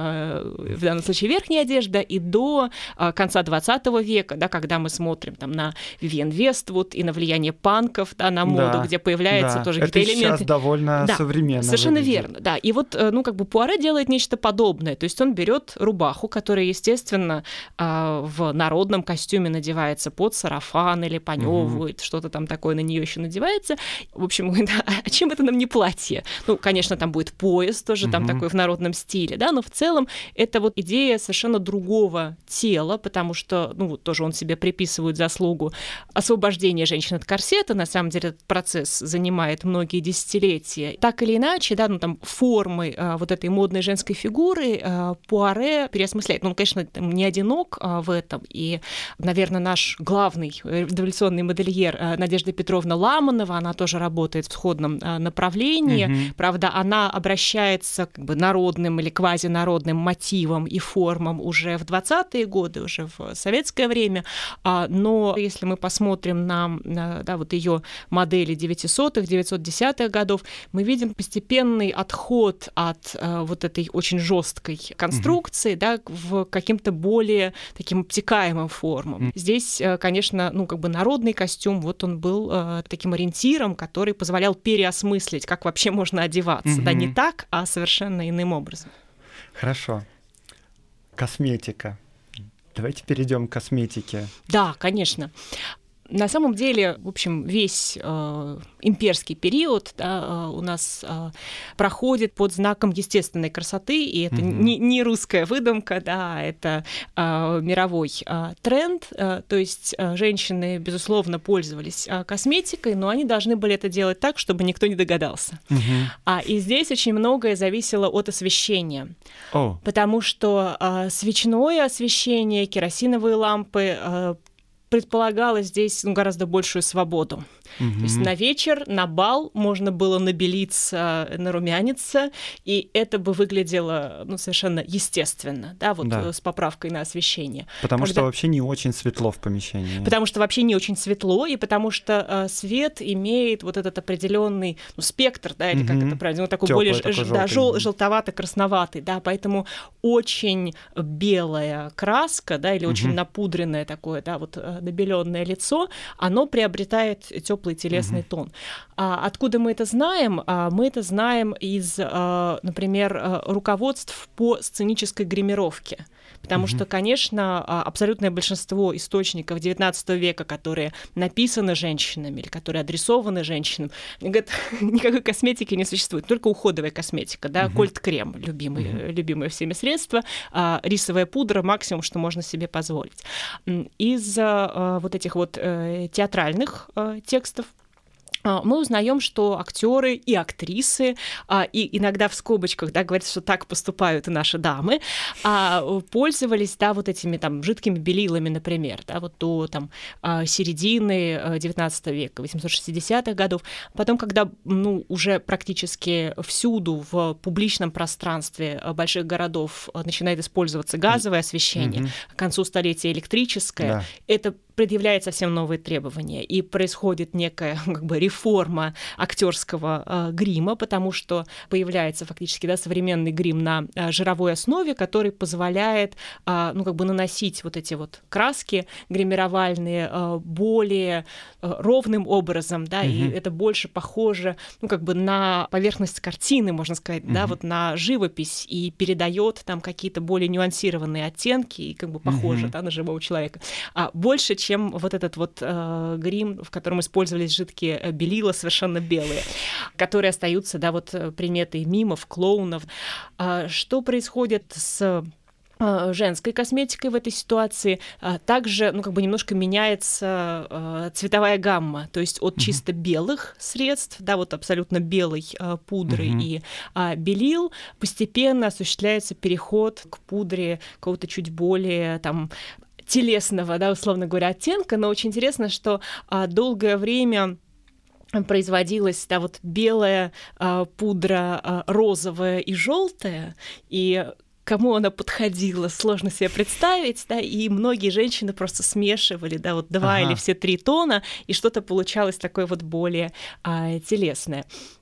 э, в данном случае верхняя одежда, и до э, конца двадцатого века, да, когда мы смотрим там на Вивиен Вествуд и на влияние панков, да, на моду, да, где появляются да. тоже это какие-то элементы. Это сейчас довольно да, современно совершенно выглядит. верно, да. И вот, ну, как бы Пуаре делает нечто подобное, то есть он берет рубаху, которая, естественно, э, в народном костюме надевается под сарафан или панёвывает, угу. что-то там такое на нее еще надевается. В общем, да, а чем это нам не платье? Ну, конечно, там будет пояс тоже, угу. там такой в народном стиле, да, но в целом это вот идея совершенно другого тела, потому что, ну, вот тоже он себе приписывает заслугу освобождения женщин от корсета. На самом деле этот процесс занимает многие десятилетия. Так или иначе, да, ну, там формы а, вот этой модной женской фигуры а, Пуаре переосмысляет. Ну, он, конечно, там не одинок а, в этом, и, наверное, наш главный революционный модельер Надежда Петровна Ламанова, она тоже работает в сходном направлении. Mm-hmm. Правда, она обращается к как бы народным или квазинародным мотивам и формам уже в двадцатые годы, уже в советское время. Но если мы посмотрим на, на да, вот ее модели девятисотых, девятьсот десятых годов, мы видим постепенный отход от вот этой очень жесткой конструкции, mm-hmm. да, в каким-то более таким обтекаемым формам. Mm-hmm. Здесь, конечно, ну, как бы народный костюм, вот он был э, таким ориентиром, который позволял переосмыслить, как вообще можно одеваться. Mm-hmm. Да, не так, а совершенно иным образом. Хорошо. Косметика. Давайте перейдем к косметике. Да, конечно. На самом деле, в общем, весь э, имперский период да, э, у нас э, проходит под знаком естественной красоты, и это mm-hmm. не, не русская выдумка, да, это э, мировой э, тренд. Э, то есть э, женщины, безусловно, пользовались э, косметикой, но они должны были это делать так, чтобы никто не догадался. Mm-hmm. А, и здесь очень многое зависело от освещения, oh. потому что э, свечное освещение, керосиновые лампы э, предполагала здесь ну, гораздо большую свободу. Mm-hmm. То есть на вечер, на бал можно было набелиться, нарумяниться, и это бы выглядело ну, совершенно естественно, да, вот да. с поправкой на освещение. Потому Когда... что вообще не очень светло в помещении. Потому что вообще не очень светло, и потому что э, свет имеет вот этот определенный ну, спектр, да, или mm-hmm. как это правильно, ну, такой Тёплый, более такой ж, да, жел- желтовато-красноватый, да, поэтому очень белая краска, да, или mm-hmm. очень напудренное такое, да, вот набеленное лицо, оно приобретает теплый телесный mm-hmm. тон. А, откуда мы это знаем? А, мы это знаем из, а, например, руководств по сценической гримировке. потому Мгм. что, конечно, а, абсолютное большинство источников девятнадцатого века, которые написаны женщинами или которые адресованы женщинам, они говорят, никакой косметики не существует, только уходовая косметика, да, Мгм. кольт-крем, любимый, Мгм. любимое всеми средство, а, рисовая пудра, максимум, что можно себе позволить. М, Из а, вот этих вот э, театральных а, текстов а, мы узнаем, что актеры и актрисы, а, и иногда в скобочках, да, говорят, что так поступают и наши дамы, а, пользовались, да, вот этими там жидкими белилами, например, да, вот до там а, середины девятнадцатого века, восемьсот шестидесятых годов. Потом, когда, ну, уже практически всюду в публичном пространстве а, больших городов а, начинает использоваться газовое освещение, Мгм. к концу столетия электрическое, Да. это предъявляет совсем новые требования, и происходит некая как бы реформа актерского э, грима, потому что появляется фактически, да, современный грим на э, жировой основе, который позволяет э, ну, как бы наносить вот эти вот краски гримировальные э, более э, ровным образом, да, и Мгм. это больше похоже, ну, как бы на поверхность картины, можно сказать, да, Мгм. вот на живопись, и передает там какие-то более нюансированные оттенки, и как бы похоже, Мгм. да, на живого человека. А больше, чем вот этот вот э, грим, в котором использовались жидкие э, белила, совершенно белые, которые остаются, да, вот э, приметой мимов, клоунов. А что происходит с э, женской косметикой в этой ситуации? А, также, ну, как бы немножко меняется э, цветовая гамма, то есть от Мгм. чисто белых средств, да, вот абсолютно белой э, пудры Мгм. и а, белил, постепенно осуществляется переход к пудре какого-то чуть более там телесного, да, условно говоря, оттенка, но очень интересно, что а, долгое время производилась, да, вот белая а, пудра, а, розовая и желтая, и кому она подходила, сложно себе представить, да, и многие женщины просто смешивали, да, вот два Ага. или все три тона, и что-то получалось такое вот более а, телесное.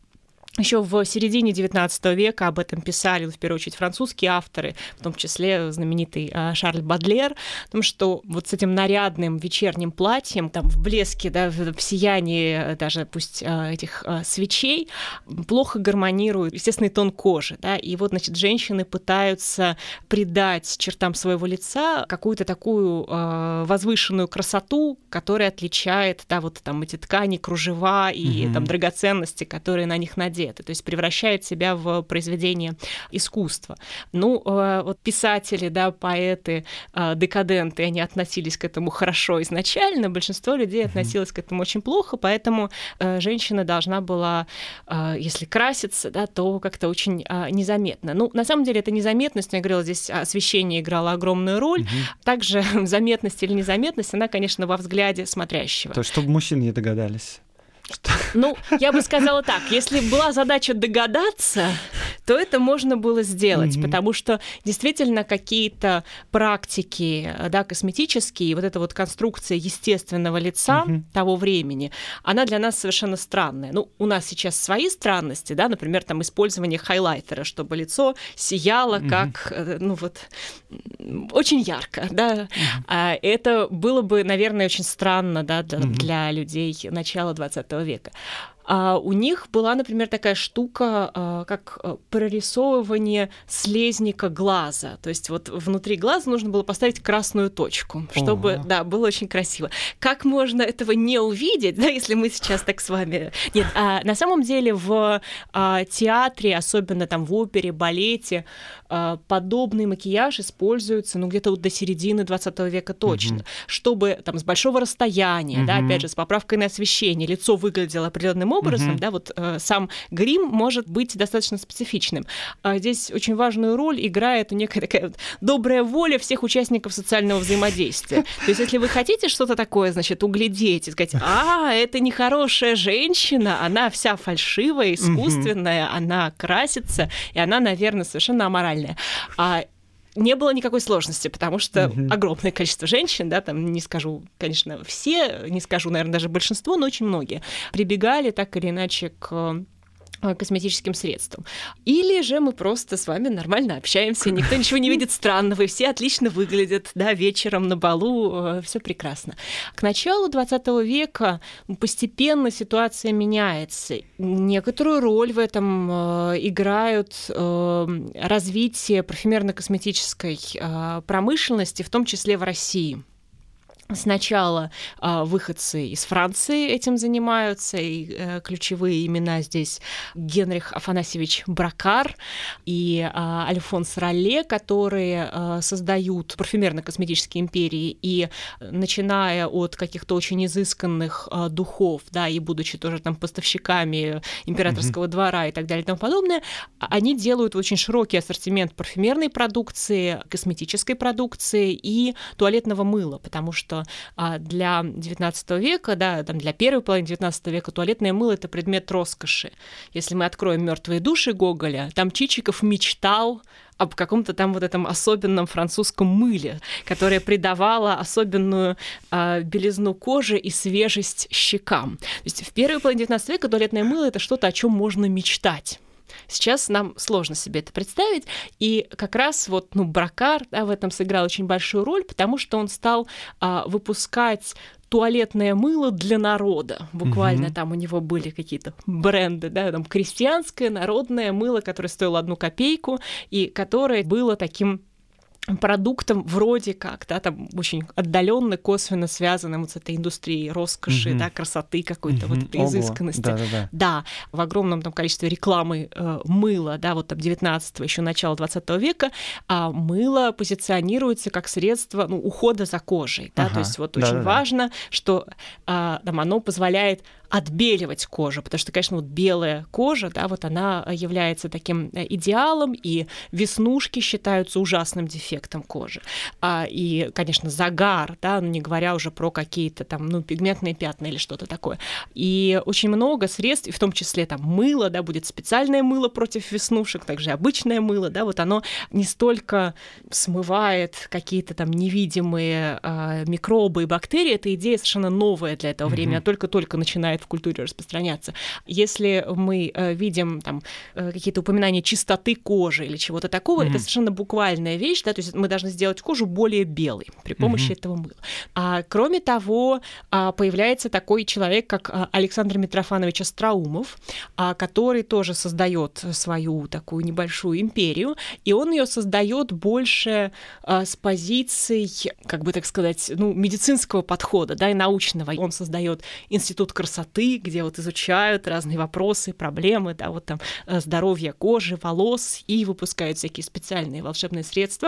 Еще в середине девятнадцатого века об этом писали, в первую очередь, французские авторы, в том числе знаменитый а, Шарль Бодлер, о том, что вот с этим нарядным вечерним платьем, там, в блеске, да, в, в сиянии даже, пусть, а, этих а, свечей, плохо гармонирует естественный тон кожи, да, и вот, значит, женщины пытаются придать чертам своего лица какую-то такую а, возвышенную красоту, которая отличает, да, вот там эти ткани, кружева и Мгм. там драгоценности, которые на них надеты. То есть превращает себя в произведение искусства. Ну, э, вот писатели, да, поэты, э, декаденты, они относились к этому хорошо изначально, большинство людей Мгм. относилось к этому очень плохо, поэтому э, женщина должна была, э, если краситься, да, то как-то очень э, незаметно. Ну, на самом деле, это незаметность, я говорила, здесь освещение играло огромную роль. Мгм. Также заметность или незаметность, она, конечно, во взгляде смотрящего. То есть, чтобы мужчины не догадались. Что- Ну, я бы сказала так, если была задача догадаться, то это можно было сделать, Мгм. потому что действительно какие-то практики, да, косметические, вот эта вот конструкция естественного лица Мгм. того времени, она для нас совершенно странная. Ну, у нас сейчас свои странности, да, например, там использование хайлайтера, чтобы лицо сияло Мгм. как, э, ну вот, м, очень ярко, да. А это было бы, наверное, очень странно, да, для, Мгм. для людей начала двадцатого века. А у них была, например, такая штука, а, как а, прорисовывание слезника глаза. То есть вот внутри глаза нужно было поставить красную точку, чтобы, Ого. да, было очень красиво. Как можно этого не увидеть, да, если мы сейчас так с вами... Нет, а, на самом деле в а, театре, особенно там в опере, балете, а, подобный макияж используется, ну, где-то вот до середины двадцатого века точно, Мгм. чтобы там с большого расстояния, да, Мгм. опять же, с поправкой на освещение, лицо выглядело определенным образом, Мгм. да, вот э, сам грим может быть достаточно специфичным. А здесь очень важную роль играет некая такая вот добрая воля всех участников социального взаимодействия. То есть если вы хотите что-то такое, значит, углядеть и сказать, а, это нехорошая женщина, она вся фальшивая, искусственная, она красится, и она, наверное, совершенно аморальная. А не было никакой сложности, потому что Мгм. огромное количество женщин, да, там не скажу, конечно, все, не скажу, наверное, даже большинство, но очень многие прибегали так или иначе к косметическим средством. Или же мы просто с вами нормально общаемся, никто ничего не видит странного, и все отлично выглядят, да, вечером на балу, все прекрасно. К началу двадцатого века постепенно ситуация меняется. Некоторую роль в этом э, играют э, развитие парфюмерно-косметической э, промышленности, в том числе в России. Сначала э, выходцы из Франции этим занимаются, и э, ключевые имена здесь Генрих Афанасьевич Бракар и э, Альфонс Ролле, которые э, создают парфюмерно-косметические империи, и начиная от каких-то очень изысканных э, духов, да, и будучи тоже там поставщиками императорского mm-hmm. двора и так далее и тому подобное, они делают очень широкий ассортимент парфюмерной продукции, косметической продукции и туалетного мыла, потому что для девятнадцатого века, да, там для первой половины девятнадцатого века туалетное мыло — это предмет роскоши. Если мы откроем «Мертвые души» Гоголя, там Чичиков мечтал об каком-то там вот этом особенном французском мыле, которое придавало особенную э, белизну кожи и свежесть щекам. То есть в первой половине девятнадцатого века туалетное мыло — это что-то, о чем можно мечтать. Сейчас нам сложно себе это представить, и как раз вот, ну, Бракар, да, в этом сыграл очень большую роль, потому что он стал а, выпускать туалетное мыло для народа. Буквально mm-hmm. там у него были какие-то бренды, да, там крестьянское, народное мыло, которое стоило одну копейку, и которое было таким продуктом вроде как, да, там очень отдаленно, косвенно связанным вот с этой индустрией роскоши, mm-hmm. да, красоты какой-то, mm-hmm. вот этой Ого. изысканности. Да-да-да. Да, в огромном там количестве рекламы э, мыла, да, вот там девятнадцатого, еще начало двадцатого века, а мыло позиционируется как средство, ну, ухода за кожей, да, ага. то есть вот Да-да-да. очень важно, что а, там оно позволяет отбеливать кожу, потому что, конечно, вот белая кожа, да, вот она является таким идеалом, и веснушки считаются ужасным дефектом кожи. А, и, конечно, загар, да, ну, не говоря уже про какие-то там, ну, пигментные пятна или что-то такое. И очень много средств, и в том числе там мыло, да, будет специальное мыло против веснушек, также обычное мыло, да, вот оно не столько смывает какие-то там невидимые а, микробы и бактерии, эта идея совершенно новая для этого mm-hmm. времени, а только-только начинает в культуре распространяться. Если мы э, видим там э, какие-то упоминания чистоты кожи или чего-то такого, mm-hmm. это совершенно буквальная вещь, да, то есть мы должны сделать кожу более белой при помощи mm-hmm. этого мыла. А кроме того, а, появляется такой человек, как а, Александр Митрофанович Остроумов, а, который тоже создает свою такую небольшую империю, и он ее создает больше а, с позиций, как бы так сказать, ну, медицинского подхода, да, и научного. Он создает институт красоты, где вот изучают разные вопросы, проблемы, да, вот там здоровье кожи, волос, и выпускают всякие специальные волшебные средства.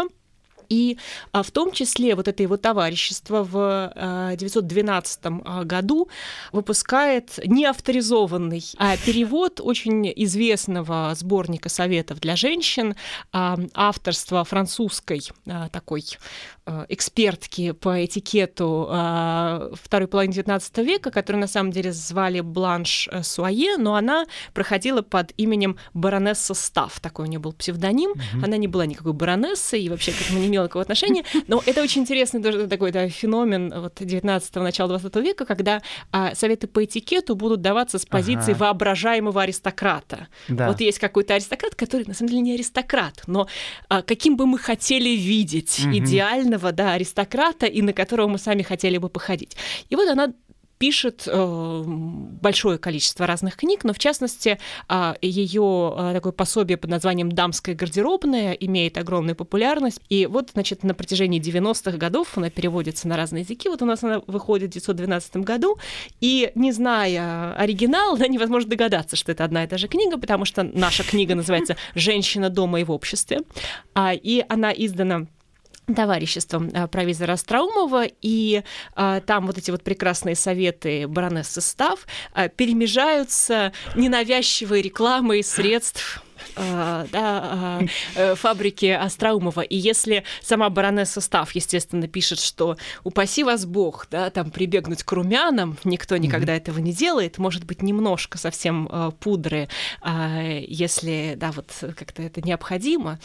И а, в том числе вот это его товарищество в а, девятьсот двенадцатом а, году выпускает неавторизованный а, перевод очень известного сборника советов для женщин, а, авторства французской а, такой а, экспертки по этикету а, второй половины девятнадцатого века, которую на самом деле звали Бланш Суае, но она проходила под именем баронесса Стафф, такой у нее был псевдоним. Mm-hmm. Она не была никакой баронессой и вообще к этому не имела никакого отношения, но это очень интересный тоже такой, да, феномен вот девятнадцатого, начала двадцатого века, когда а, советы по этикету будут даваться с позиции ага. воображаемого аристократа. Да. Вот есть какой-то аристократ, который на самом деле не аристократ, но а, каким бы мы хотели видеть угу. идеального, да, аристократа, и на которого мы сами хотели бы походить. И вот она пишет э, большое количество разных книг, но в частности э, ее э, такое пособие под названием «Дамская гардеробная» имеет огромную популярность. И вот, значит, на протяжении девяностых годов она переводится на разные языки. Вот у нас она выходит в девятьсот двенадцатом году, и не зная оригинал, да, невозможно догадаться, что это одна и та же книга, потому что наша книга называется «Женщина дома и в обществе», а, и она издана товариществом провизора Остроумова, и а, там вот эти вот прекрасные советы баронессы Стафф а, перемежаются ненавязчивой рекламой средств э, да, э, фабрики Остроумова. И если сама баронесса Стафф, естественно, пишет, что упаси вас Бог, да, там прибегнуть к румянам, никто никогда mm-hmm. этого не делает, может быть, немножко совсем э, пудры, э, если, да, вот как-то это необходимо,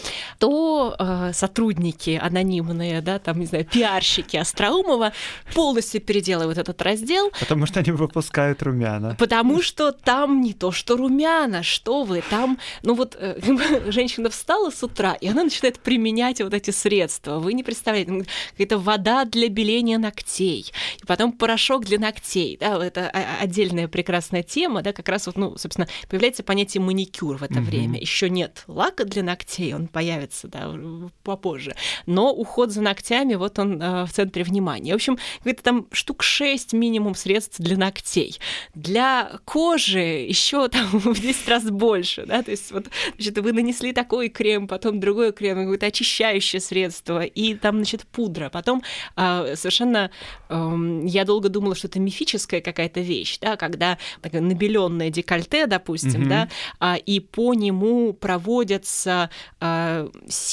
то э, сотрудники анонимные, да, там, не знаю, пиарщики Остроумова полностью переделывают этот раздел. Потому что они выпускают румяна. Потому что там не то, что румяна, что вы, там, ну вот э, женщина встала с утра, и она начинает применять вот эти средства. Вы не представляете, какая-то вода для беления ногтей, и потом порошок для ногтей, да, это отдельная прекрасная тема, да, как раз вот, ну, собственно, появляется понятие маникюр в это mm-hmm. время. Еще нет лака для ногтей, он появится, да, попозже, но уход за ногтями, вот он э, в центре внимания. В общем, где-то там штук шесть минимум средств для ногтей. Для кожи еще там в десять раз больше, да, то есть вот, значит, вы нанесли такой крем, потом другой крем, какое-то очищающее средство, и там, значит, пудра. Потом э, совершенно э, я долго думала, что это мифическая какая-то вещь, да, когда такое набеленное декольте, допустим, mm-hmm. да, э, и по нему проводятся э,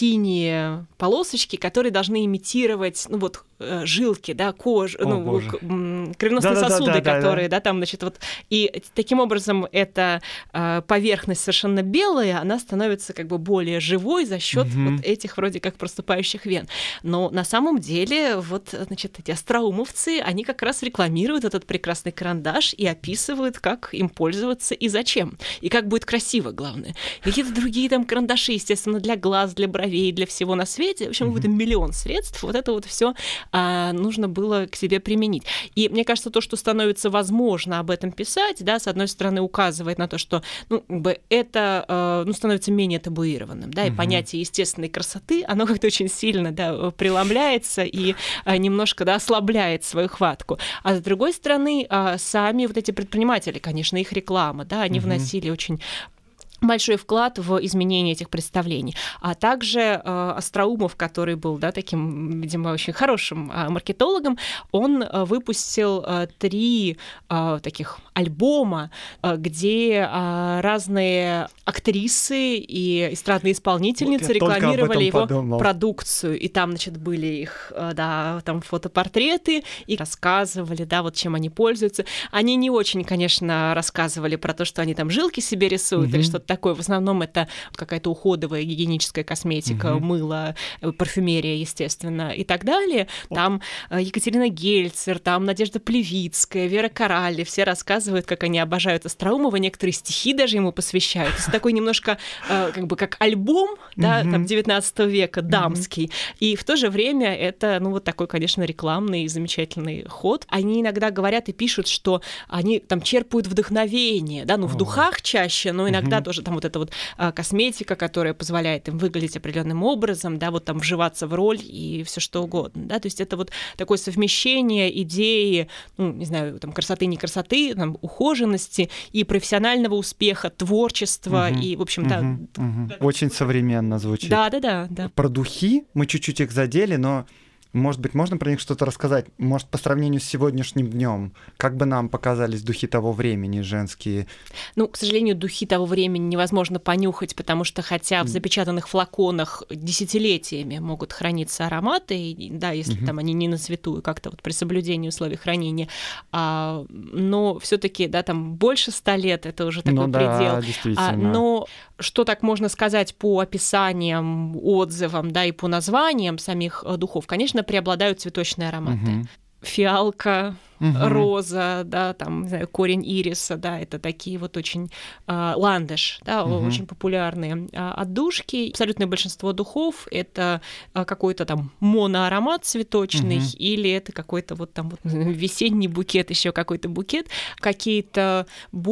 синие полосочки, которые должны имитировать, ну вот, жилки, да, кожу, О, ну, боже. кровеносные да, сосуды, да, да, которые, да, да. да, там, значит, вот, и таким образом эта э, поверхность совершенно белая, она становится как бы более живой за счет угу. вот этих вроде как проступающих вен. Но на самом деле вот, значит, эти остроумовцы, они как раз рекламируют этот прекрасный карандаш и описывают, как им пользоваться и зачем, и как будет красиво, главное. Какие-то другие там карандаши, естественно, для глаз, для бровей, для всего на свете, в общем, угу. какой-то миллион средств, вот это вот все а, нужно было к себе применить. И мне кажется, то, что становится возможно об этом писать, да, с одной стороны, указывает на то, что ну, как бы это ну, становится менее табуированным, да, и угу. понятие естественной красоты, оно как-то очень сильно, да, преломляется и немножко, да, ослабляет свою хватку. А с другой стороны, сами вот эти предприниматели, конечно, их реклама, да, они угу. вносили очень большой вклад в изменение этих представлений. А также э, Остроумов, который был, да, таким, видимо, очень хорошим э, маркетологом, он э, выпустил э, три э, таких альбома, э, где э, разные актрисы и эстрадные исполнительницы вот рекламировали его подумал. продукцию. И там, значит, были их, э, да, там фотопортреты, и рассказывали, да, вот чем они пользуются. Они не очень, конечно, рассказывали про то, что они там жилки себе рисуют mm-hmm. или что-то такое. В основном это какая-то уходовая гигиеническая косметика, угу. мыло, парфюмерия, естественно, и так далее. Там Екатерина Гельцер, там Надежда Плевицкая, Вера Коралли, все рассказывают, как они обожают Остроумова, некоторые стихи даже ему посвящают. Это такой немножко как бы как альбом, да, угу. там, девятнадцатого века, дамский. Угу. И в то же время это, ну, вот такой, конечно, рекламный замечательный ход. Они иногда говорят и пишут, что они там черпают вдохновение, да, ну, в духах чаще, но иногда угу. тоже там вот эта вот а, косметика, которая позволяет им выглядеть определенным образом, да, вот там вживаться в роль и все что угодно, да, то есть это вот такое совмещение идеи, ну, не знаю, там, красоты, не красоты, там, ухоженности и профессионального успеха, творчества, угу, и, в общем-то... Угу, угу. Очень современно звучит. Да-да-да. Да. Про духи мы чуть-чуть их задели, но может быть, можно про них что-то рассказать? Может, по сравнению с сегодняшним днем, как бы нам показались духи того времени женские? Ну, к сожалению, духи того времени невозможно понюхать, потому что хотя в запечатанных флаконах десятилетиями могут храниться ароматы, и, да, если угу. там они не на свету, как-то вот при соблюдении условий хранения, а, но все-таки, да, там больше ста лет, это уже такой ну, предел. Да, действительно. А, но что так можно сказать по описаниям, отзывам, да, и по названиям самих духов? Конечно, преобладают цветочные ароматы. Угу. Фиалка, угу. роза, да, там, не знаю, корень ириса, да, это такие вот очень э, ландыш, да, угу. очень популярные э, отдушки. Абсолютное большинство духов — это э, какой-то там моноаромат цветочный, угу. или это какой-то вот там вот весенний букет, еще какой-то букет, какие-то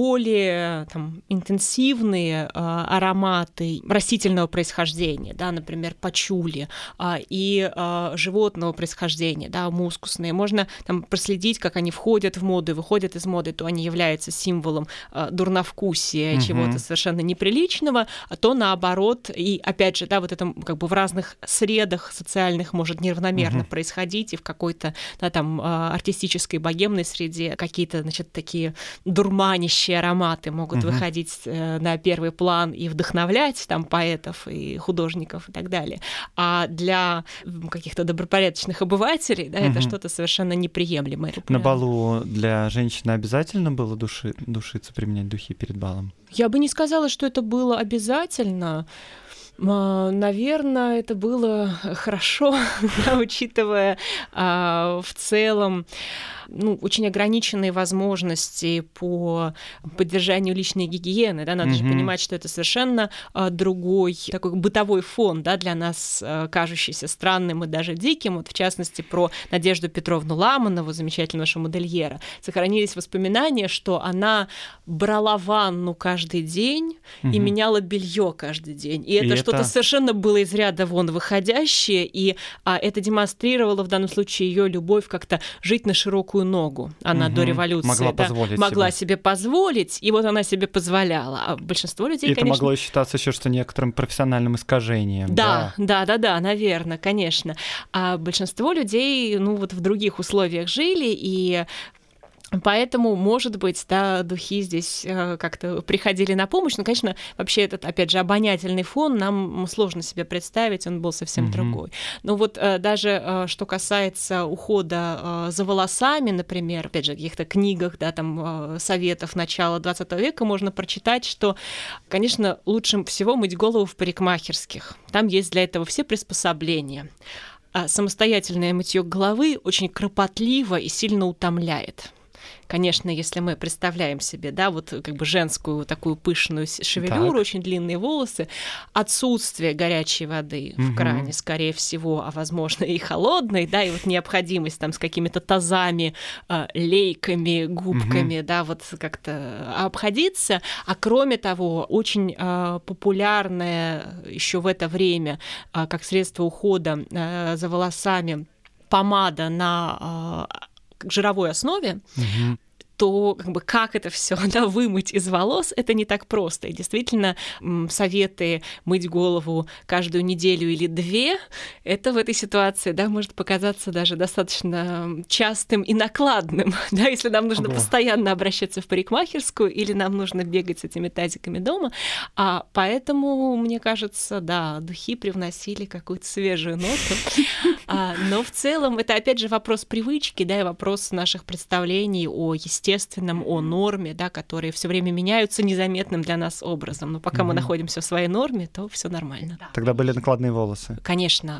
более там интенсивные э, ароматы растительного происхождения, да, например, пачули, э, и э, животного происхождения, да, мускусные. Можно можно там проследить, как они входят в моду и выходят из моды, то они являются символом э, дурновкусия, угу. чего-то совершенно неприличного, а то наоборот, и опять же, да, вот это как бы в разных средах социальных может неравномерно угу. происходить, и в какой-то, да, там, артистической, богемной среде какие-то, значит, такие дурманящие ароматы могут угу. выходить э, на первый план и вдохновлять там поэтов и художников и так далее. А для каких-то добропорядочных обывателей, да, угу. это что-то совершенно неприемлемое. На балу для женщины обязательно было души, душиться, применять духи перед балом? Я бы не сказала, что это было обязательно. Наверное, это было хорошо, да, учитывая а, в целом ну, очень ограниченные возможности по поддержанию личной гигиены. Да? Надо mm-hmm. же понимать, что это совершенно а, другой такой бытовой фон, да, для нас а, кажущийся странным и даже диким. Вот, в частности, про Надежду Петровну Ламанову, замечательного нашу модельера, сохранились воспоминания, что она брала ванну каждый день mm-hmm. и меняла белье каждый день. И, и это, это что-то совершенно было из ряда вон выходящее, и а, это демонстрировало в данном случае ее любовь как-то жить на широкую ногу. Она угу. до революции могла, да, позволить могла себе. себе позволить, и вот она себе позволяла. А большинство людей, и конечно... это могло считаться еще что некоторым профессиональным искажением. Да, да, да, да, да, наверное, конечно. А большинство людей, ну вот в других условиях жили, и поэтому, может быть, да, духи здесь э, как-то приходили на помощь. Но, конечно, вообще этот, опять же, обонятельный фон нам сложно себе представить, он был совсем mm-hmm. другой. Но вот э, даже э, что касается ухода э, за волосами, например, опять же, в каких-то книгах, да, там, э, советов начала двадцатого века можно прочитать, что, конечно, лучше всего мыть голову в парикмахерских. Там есть для этого все приспособления. А самостоятельное мытье головы очень кропотливо и сильно утомляет. Конечно, если мы представляем себе, да, вот как бы женскую такую пышную шевелюру, так. очень длинные волосы, отсутствие горячей воды угу. в кране, скорее всего, а возможно и холодной, да, и вот необходимость там с какими-то тазами, лейками, губками, угу. да, вот как-то обходиться. А кроме того, очень популярное еще в это время как средство ухода за волосами помада на жировой основе, угу. то как бы как это все да, вымыть из волос, это не так просто. И действительно, советы мыть голову каждую неделю или две, это в этой ситуации да, может показаться даже достаточно частым и накладным, да, если нам нужно Ого. постоянно обращаться в парикмахерскую или нам нужно бегать с этими тазиками дома. А поэтому, мне кажется, да, духи привносили какую-то свежую ноту. А, но в целом это, опять же, вопрос привычки, да, и вопрос наших представлений о естественности, естественном, о норме, да, которые все время меняются незаметным для нас образом. Но пока mm-hmm. мы находимся в своей норме, то все нормально. Тогда были накладные волосы. Конечно.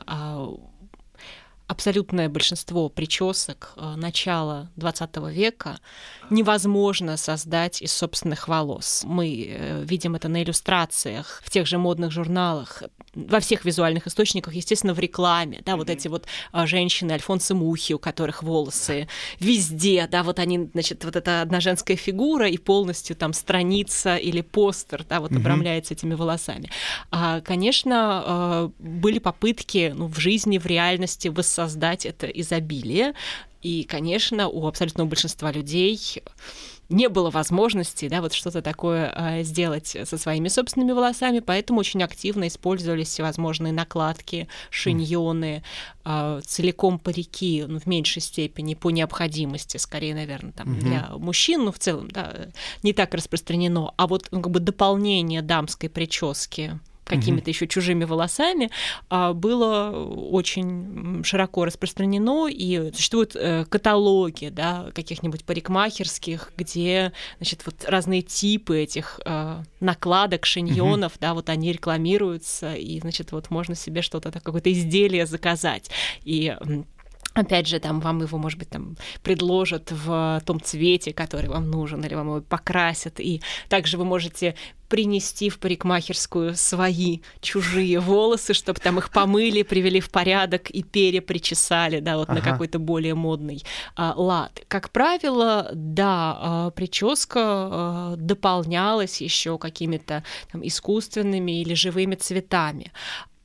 Абсолютное большинство причесок начала двадцатого века невозможно создать из собственных волос. Мы видим это на иллюстрациях, в тех же модных журналах, во всех визуальных источниках, естественно, в рекламе. Да, mm-hmm. вот эти вот женщины Альфонсо Мухи, у которых волосы везде, да, вот они, значит, вот эта одна женская фигура и полностью там страница или постер, да, вот mm-hmm. обрамляется этими волосами. А, конечно, были попытки ну, в жизни, в реальности воссоздать создать это изобилие. И, конечно, у абсолютного большинства людей не было возможности да, вот что-то такое а, сделать со своими собственными волосами, поэтому очень активно использовались всевозможные накладки, шиньоны, а, целиком парики, ну, в меньшей степени по необходимости, скорее, наверное, там, mm-hmm. для мужчин, ну, в целом, да, не так распространено. А вот ну, как бы дополнение дамской прически какими-то mm-hmm. еще чужими волосами, было очень широко распространено, и существуют каталоги да, каких-нибудь парикмахерских, где значит, вот разные типы этих накладок, шиньонов, mm-hmm. да, вот они рекламируются, и значит, вот можно себе что-то, какое-то изделие заказать. И опять же, там вам его, может быть, там предложат в том цвете, который вам нужен, или вам его покрасят. И также вы можете принести в парикмахерскую свои чужие волосы, чтобы там их помыли, привели в порядок и перепричесали, да, вот ага. на какой-то более модный а, лад. Как правило, да, а, прическа а, дополнялась еще какими-то там искусственными или живыми цветами.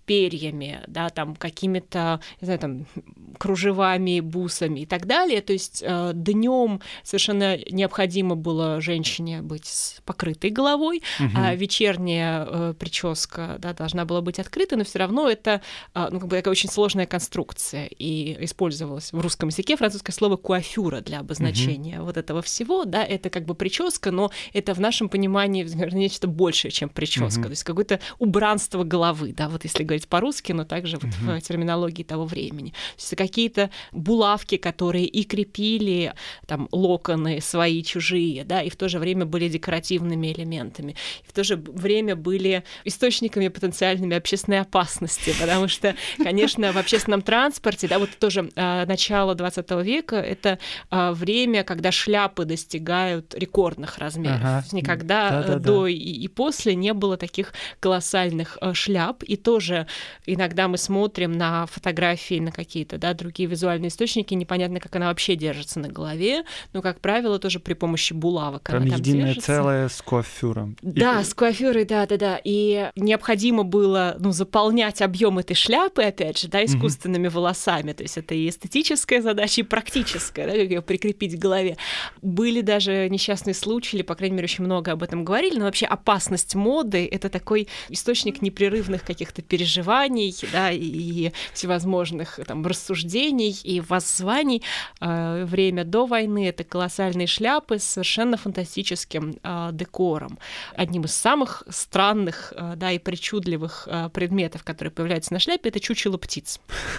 перьями, да, там какими-то, не знаю, там кружевами, бусами и так далее. То есть э, днем совершенно необходимо было женщине быть с покрытой головой, угу. а вечерняя э, прическа, да, должна была быть открыта, но все равно это э, ну, как бы такая очень сложная конструкция, и использовалось в русском языке французское слово куафюра для обозначения угу. вот этого всего, да, это как бы прическа, но это в нашем понимании нечто большее, чем прическа, угу. то есть какое-то убранство головы, да, вот если говорить по-русски, но также вот угу. в терминологии того времени. То есть какие-то булавки, которые и крепили там локоны свои чужие, да, и в то же время были декоративными элементами, и в то же время были источниками потенциальными общественной опасности, потому что, конечно, в общественном транспорте, да, вот тоже а, начало двадцатого века — это а, время, когда шляпы достигают рекордных размеров. Ага. Никогда Да-да-да. до и, и после не было таких колоссальных а, шляп, и тоже иногда мы смотрим на фотографии, на какие-то, да, другие визуальные источники, непонятно, как она вообще держится на голове, но, как правило, тоже при помощи булавок Прям она там единое держится. целое с куафюром. Да, и... с куафюрой, да-да-да. И необходимо было, ну, заполнять объем этой шляпы, опять же, да, искусственными угу. волосами. То есть это и эстетическая задача, и практическая, да, как ее прикрепить к голове. Были даже несчастные случаи, или, по крайней мере, очень много об этом говорили, но вообще опасность моды — это такой источник непрерывных каких-то переживаний, да, и всевозможных там рассуждений и воззваний. Время до войны — это колоссальные шляпы с совершенно фантастическим декором. Одним из самых странных, да, и причудливых предметов, которые появляются на шляпе, это чучело птиц.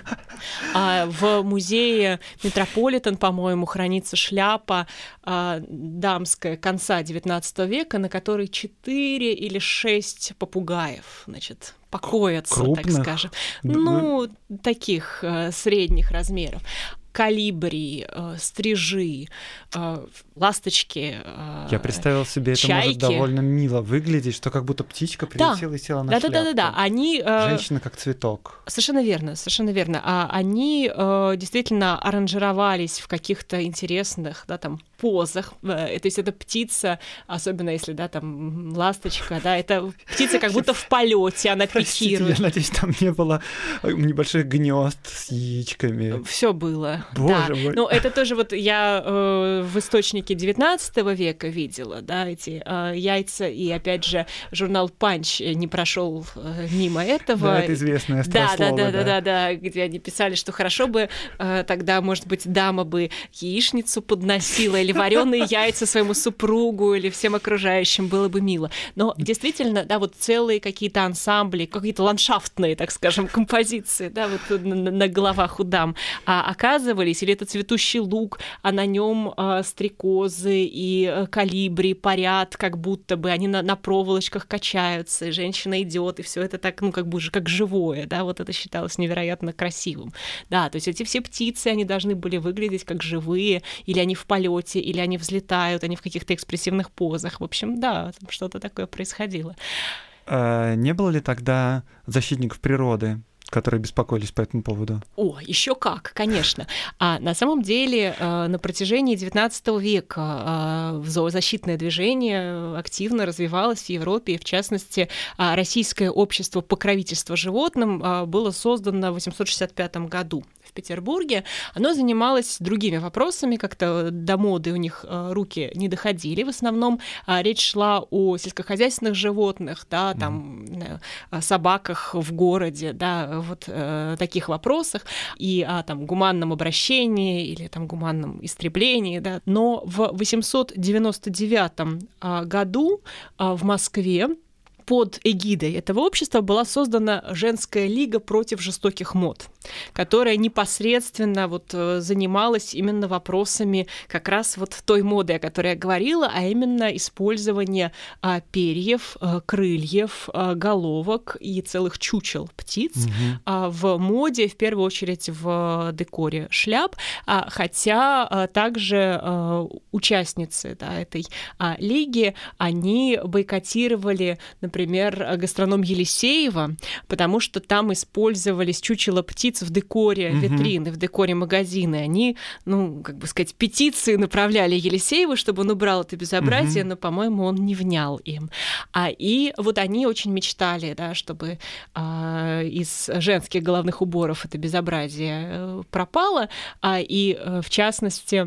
В музее Метрополитен, по-моему, хранится шляпа дамская конца девятнадцатого века, на которой четыре или шесть попугаев, значит, покоятся, крупных, так скажем. Ну, таких э, средних размеров. Калибри, э, стрижи, э, ласточки, э, Я представил себе, чайки. Это может довольно мило выглядеть, что как будто птичка прилетела да. и села на да, шляпу. Да-да-да, они... Э, Женщина как цветок. Совершенно верно, совершенно верно. А они э, действительно аранжировались в каких-то интересных, да, там, позах. Э, то есть это птица, особенно если, да, там, ласточка, да, это птица как будто в полете, она пикирует. Я надеюсь, там не было небольших гнезд с яичками. Все было. Боже да. мой. Ну, это тоже вот я э, в источнике девятнадцатого века видела, да, эти э, яйца, и, опять же, журнал «Панч» не прошел э, мимо этого. Да, это известное острослово, да, да, да, да. да, да, да, где они писали, что хорошо бы э, тогда, может быть, дама бы яичницу подносила или вареные яйца своему супругу или всем окружающим, было бы мило. Но действительно, да, вот целые какие-то ансамбли, какие-то ландшафтные, так скажем, композиции, да, вот на, на головах у дам а, оказывались, или это цветущий лук, а на нем а, стрекозы и а, калибри парят, как будто бы они на, на проволочках качаются, и женщина идет, и все это так, ну, как бы как живое, да, вот это считалось невероятно красивым. Да, то есть эти все птицы, они должны были выглядеть как живые, или они в полете, или они взлетают, они в каких-то экспрессивных позах. В общем, да, что-то такое происходило. А не было ли тогда защитников природы, которые беспокоились по этому поводу? О, еще как, конечно. А на самом деле на протяжении девятнадцатого века зоозащитное движение активно развивалось в Европе, и в частности Российское общество покровительства животным было создано в восемьсот шестьдесят пятом году в Петербурге. Оно занималось другими вопросами, как-то до моды у них руки не доходили. В основном речь шла о сельскохозяйственных животных, да, там, mm. собаках в городе, да, вот э, таких вопросах, и о там, гуманном обращении или там, гуманном истреблении. Да. Но в восемьсот девяносто девятом э, году э, в Москве под эгидой этого общества была создана женская лига против жестоких мод, которая непосредственно вот занималась именно вопросами как раз вот той моды, о которой я говорила, а именно использование а, перьев, а, крыльев, а, головок и целых чучел птиц угу. а, в моде, в первую очередь в декоре шляп, а, хотя а, также а, участницы да, этой а, лиги, они бойкотировали, например, например, гастроном Елисеева, потому что там использовались чучела птиц в декоре mm-hmm. витрины, в декоре магазина. Они, ну, как бы сказать, петиции направляли Елисееву, чтобы он убрал это безобразие, mm-hmm. но, по-моему, он не внял им. А, и вот они очень мечтали, да, чтобы а, из женских головных уборов это безобразие пропало, а, и, в частности,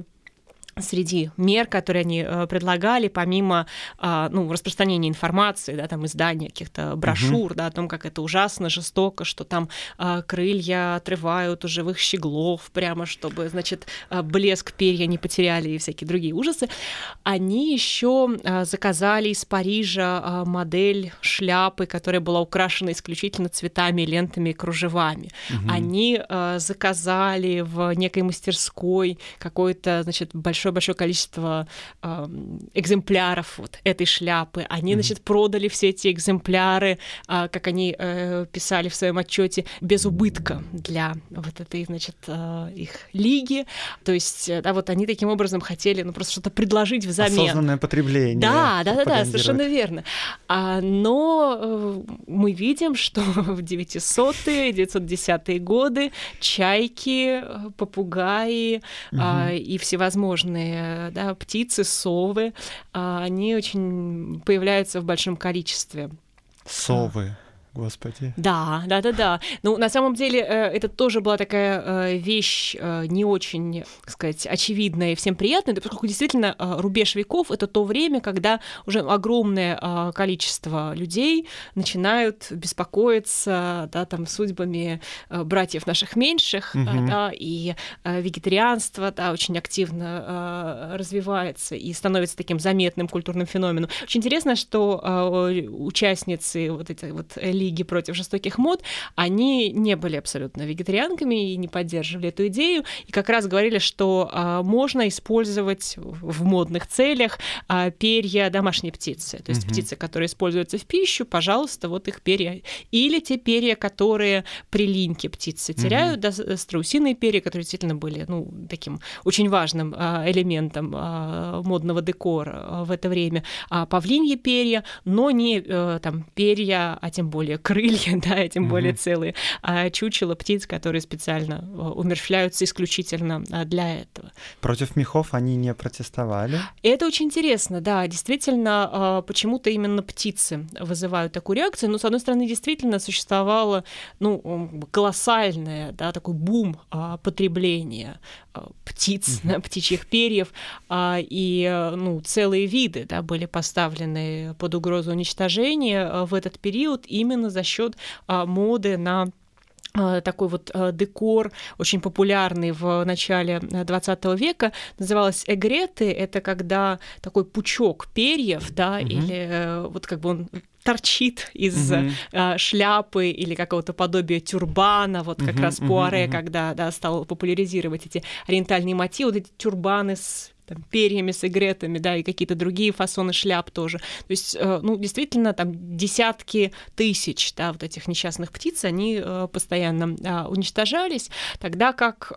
среди мер, которые они э, предлагали, помимо э, ну, распространения информации, да, там, издания каких-то брошюр, uh-huh. да, о том, как это ужасно, жестоко, что там э, крылья отрывают у живых щеглов прямо, чтобы, значит, э, блеск перья не потеряли и всякие другие ужасы, они еще э, заказали из Парижа э, модель шляпы, которая была украшена исключительно цветами, лентами и кружевами. Uh-huh. Они э, заказали в некой мастерской какой-то, значит, большой большое количество э, экземпляров вот этой шляпы. Они, mm-hmm. значит, продали все эти экземпляры, э, как они э, писали в своем отчете, без убытка для вот этой, значит, э, их лиги. То есть, да, вот они таким образом хотели, ну, просто что-то предложить взамен. Осознанное потребление. Да, да, да, да, совершенно верно. А, но э, мы видим, что в девятисотые, девятьсот десятые годы чайки, попугаи mm-hmm. э, и всевозможные, да, птицы, совы, они очень появляются в большом количестве. Совы. Господи. Да, да, да, да. Ну, на самом деле, это тоже была такая вещь не очень, так сказать, очевидная и всем приятная, поскольку действительно рубеж веков — это то время, когда уже огромное количество людей начинают беспокоиться, да, там, судьбами братьев наших меньших, угу. да, и вегетарианство, да, очень активно развивается и становится таким заметным культурным феноменом. Очень интересно, что участницы вот этой вот Лиги против жестоких мод, они не были абсолютно вегетарианками и не поддерживали эту идею, и как раз говорили, что а, можно использовать в модных целях а, перья домашней птицы, то есть mm-hmm. птицы, которые используются в пищу, пожалуйста, вот их перья. Или те перья, которые прилиньки птицы теряют, mm-hmm. да, страусиные перья, которые действительно были, ну, таким очень важным а, элементом а, модного декора а, в это время. А, павлиньи перья, но не а, там перья, а тем более крылья, да, и тем mm-hmm. более целые а, чучела птиц, которые специально умерщвляются исключительно для этого. Против мехов они не протестовали? Это очень интересно, да, действительно, почему-то именно птицы вызывают такую реакцию, но, с одной стороны, действительно существовало, ну, колоссальное, да, такой бум потребления птиц, mm-hmm. да, птичьих перьев, и, ну, целые виды, да, были поставлены под угрозу уничтожения в этот период именно за счет а, моды на а, такой вот а, декор, очень популярный в начале двадцатого века, называлось эгреты. Это когда такой пучок перьев, да, mm-hmm. или а, вот как бы он торчит из mm-hmm. а, шляпы или какого-то подобия тюрбана, вот как mm-hmm. раз Пуаре, mm-hmm. когда, да, стал популяризировать эти ориентальные мотивы, вот эти тюрбаны с там, перьями, с игретами, да, и какие-то другие фасоны шляп тоже. То есть, ну, действительно, там десятки тысяч, да, вот этих несчастных птиц, они постоянно уничтожались, тогда как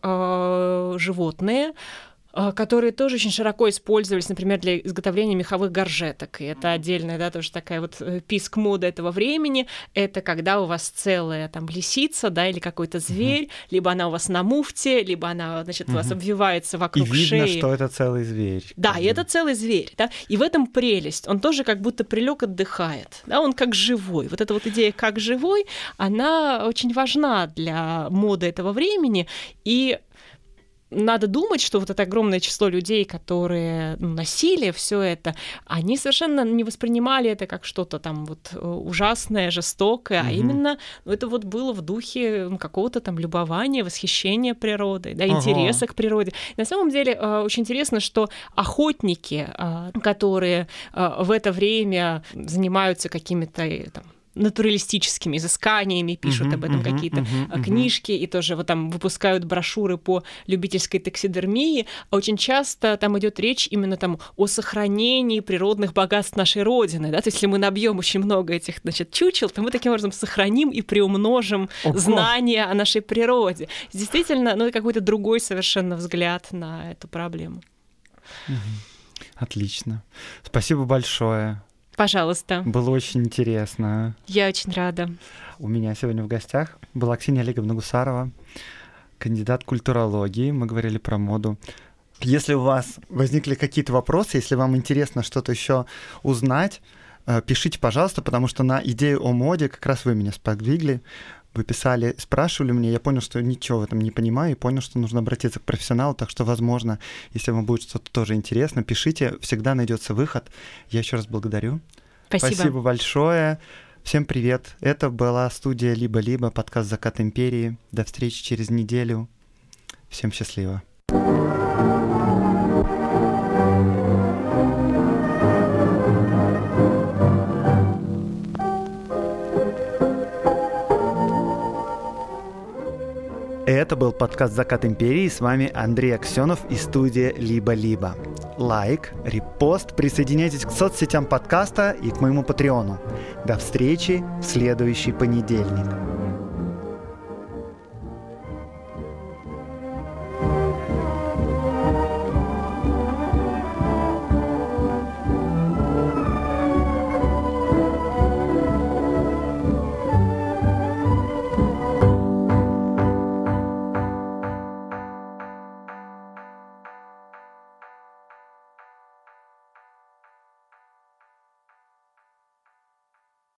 э, животные, которые тоже очень широко использовались, например, для изготовления меховых горжеток. И это отдельная, да, тоже такая вот писк моды этого времени. Это когда у вас целая там лисица, да, или какой-то зверь, uh-huh. либо она у вас на муфте, либо она, значит, uh-huh. у вас обвивается вокруг и видно, шеи. что это целый зверь. Да, и это целый зверь, да. И в этом прелесть. Он тоже как будто прилег, отдыхает, да, он как живой. Вот эта вот идея как живой, она очень важна для моды этого времени. И надо думать, что вот это огромное число людей, которые, ну, носили все это, они совершенно не воспринимали это как что-то там вот ужасное, жестокое, mm-hmm. а именно, ну, это вот было в духе, ну, какого-то там любования, восхищения природой, да, интереса uh-huh. к природе. На самом деле очень интересно, что охотники, которые в это время занимаются какими-то там натуралистическими изысканиями, пишут uh-huh, об этом uh-huh, какие-то uh-huh, книжки, uh-huh. и тоже вот там выпускают брошюры по любительской таксидермии. Очень часто там идет речь именно там о сохранении природных богатств нашей Родины. Да? То есть если мы набьем очень много этих, значит, чучел, то мы таким образом сохраним и приумножим Ого. знания о нашей природе. Действительно, ну, это какой-то другой совершенно взгляд на эту проблему. Uh-huh. Отлично. Спасибо большое. Пожалуйста. Было очень интересно. Я очень рада. У меня сегодня в гостях была Ксения Олеговна Гусарова, кандидат культурологии. Мы говорили про моду. Если у вас возникли какие-то вопросы, если вам интересно что-то еще узнать, пишите, пожалуйста, потому что на идею о моде как раз вы меня сподвигли. Вы писали, спрашивали меня, я понял, что ничего в этом не понимаю, и понял, что нужно обратиться к профессионалу, так что, возможно, если вам будет что-то тоже интересно, пишите, всегда найдется выход. Я еще раз благодарю. Спасибо. Спасибо большое. Всем привет. Это была студия «Либо-либо», подкаст «Закат империи». До встречи через неделю. Всем счастливо. Это был подкаст «Закат империи». С вами Андрей Аксенов из студии «Либо-либо». Лайк, репост, присоединяйтесь к соцсетям подкаста и к моему патреону. До встречи в следующий понедельник.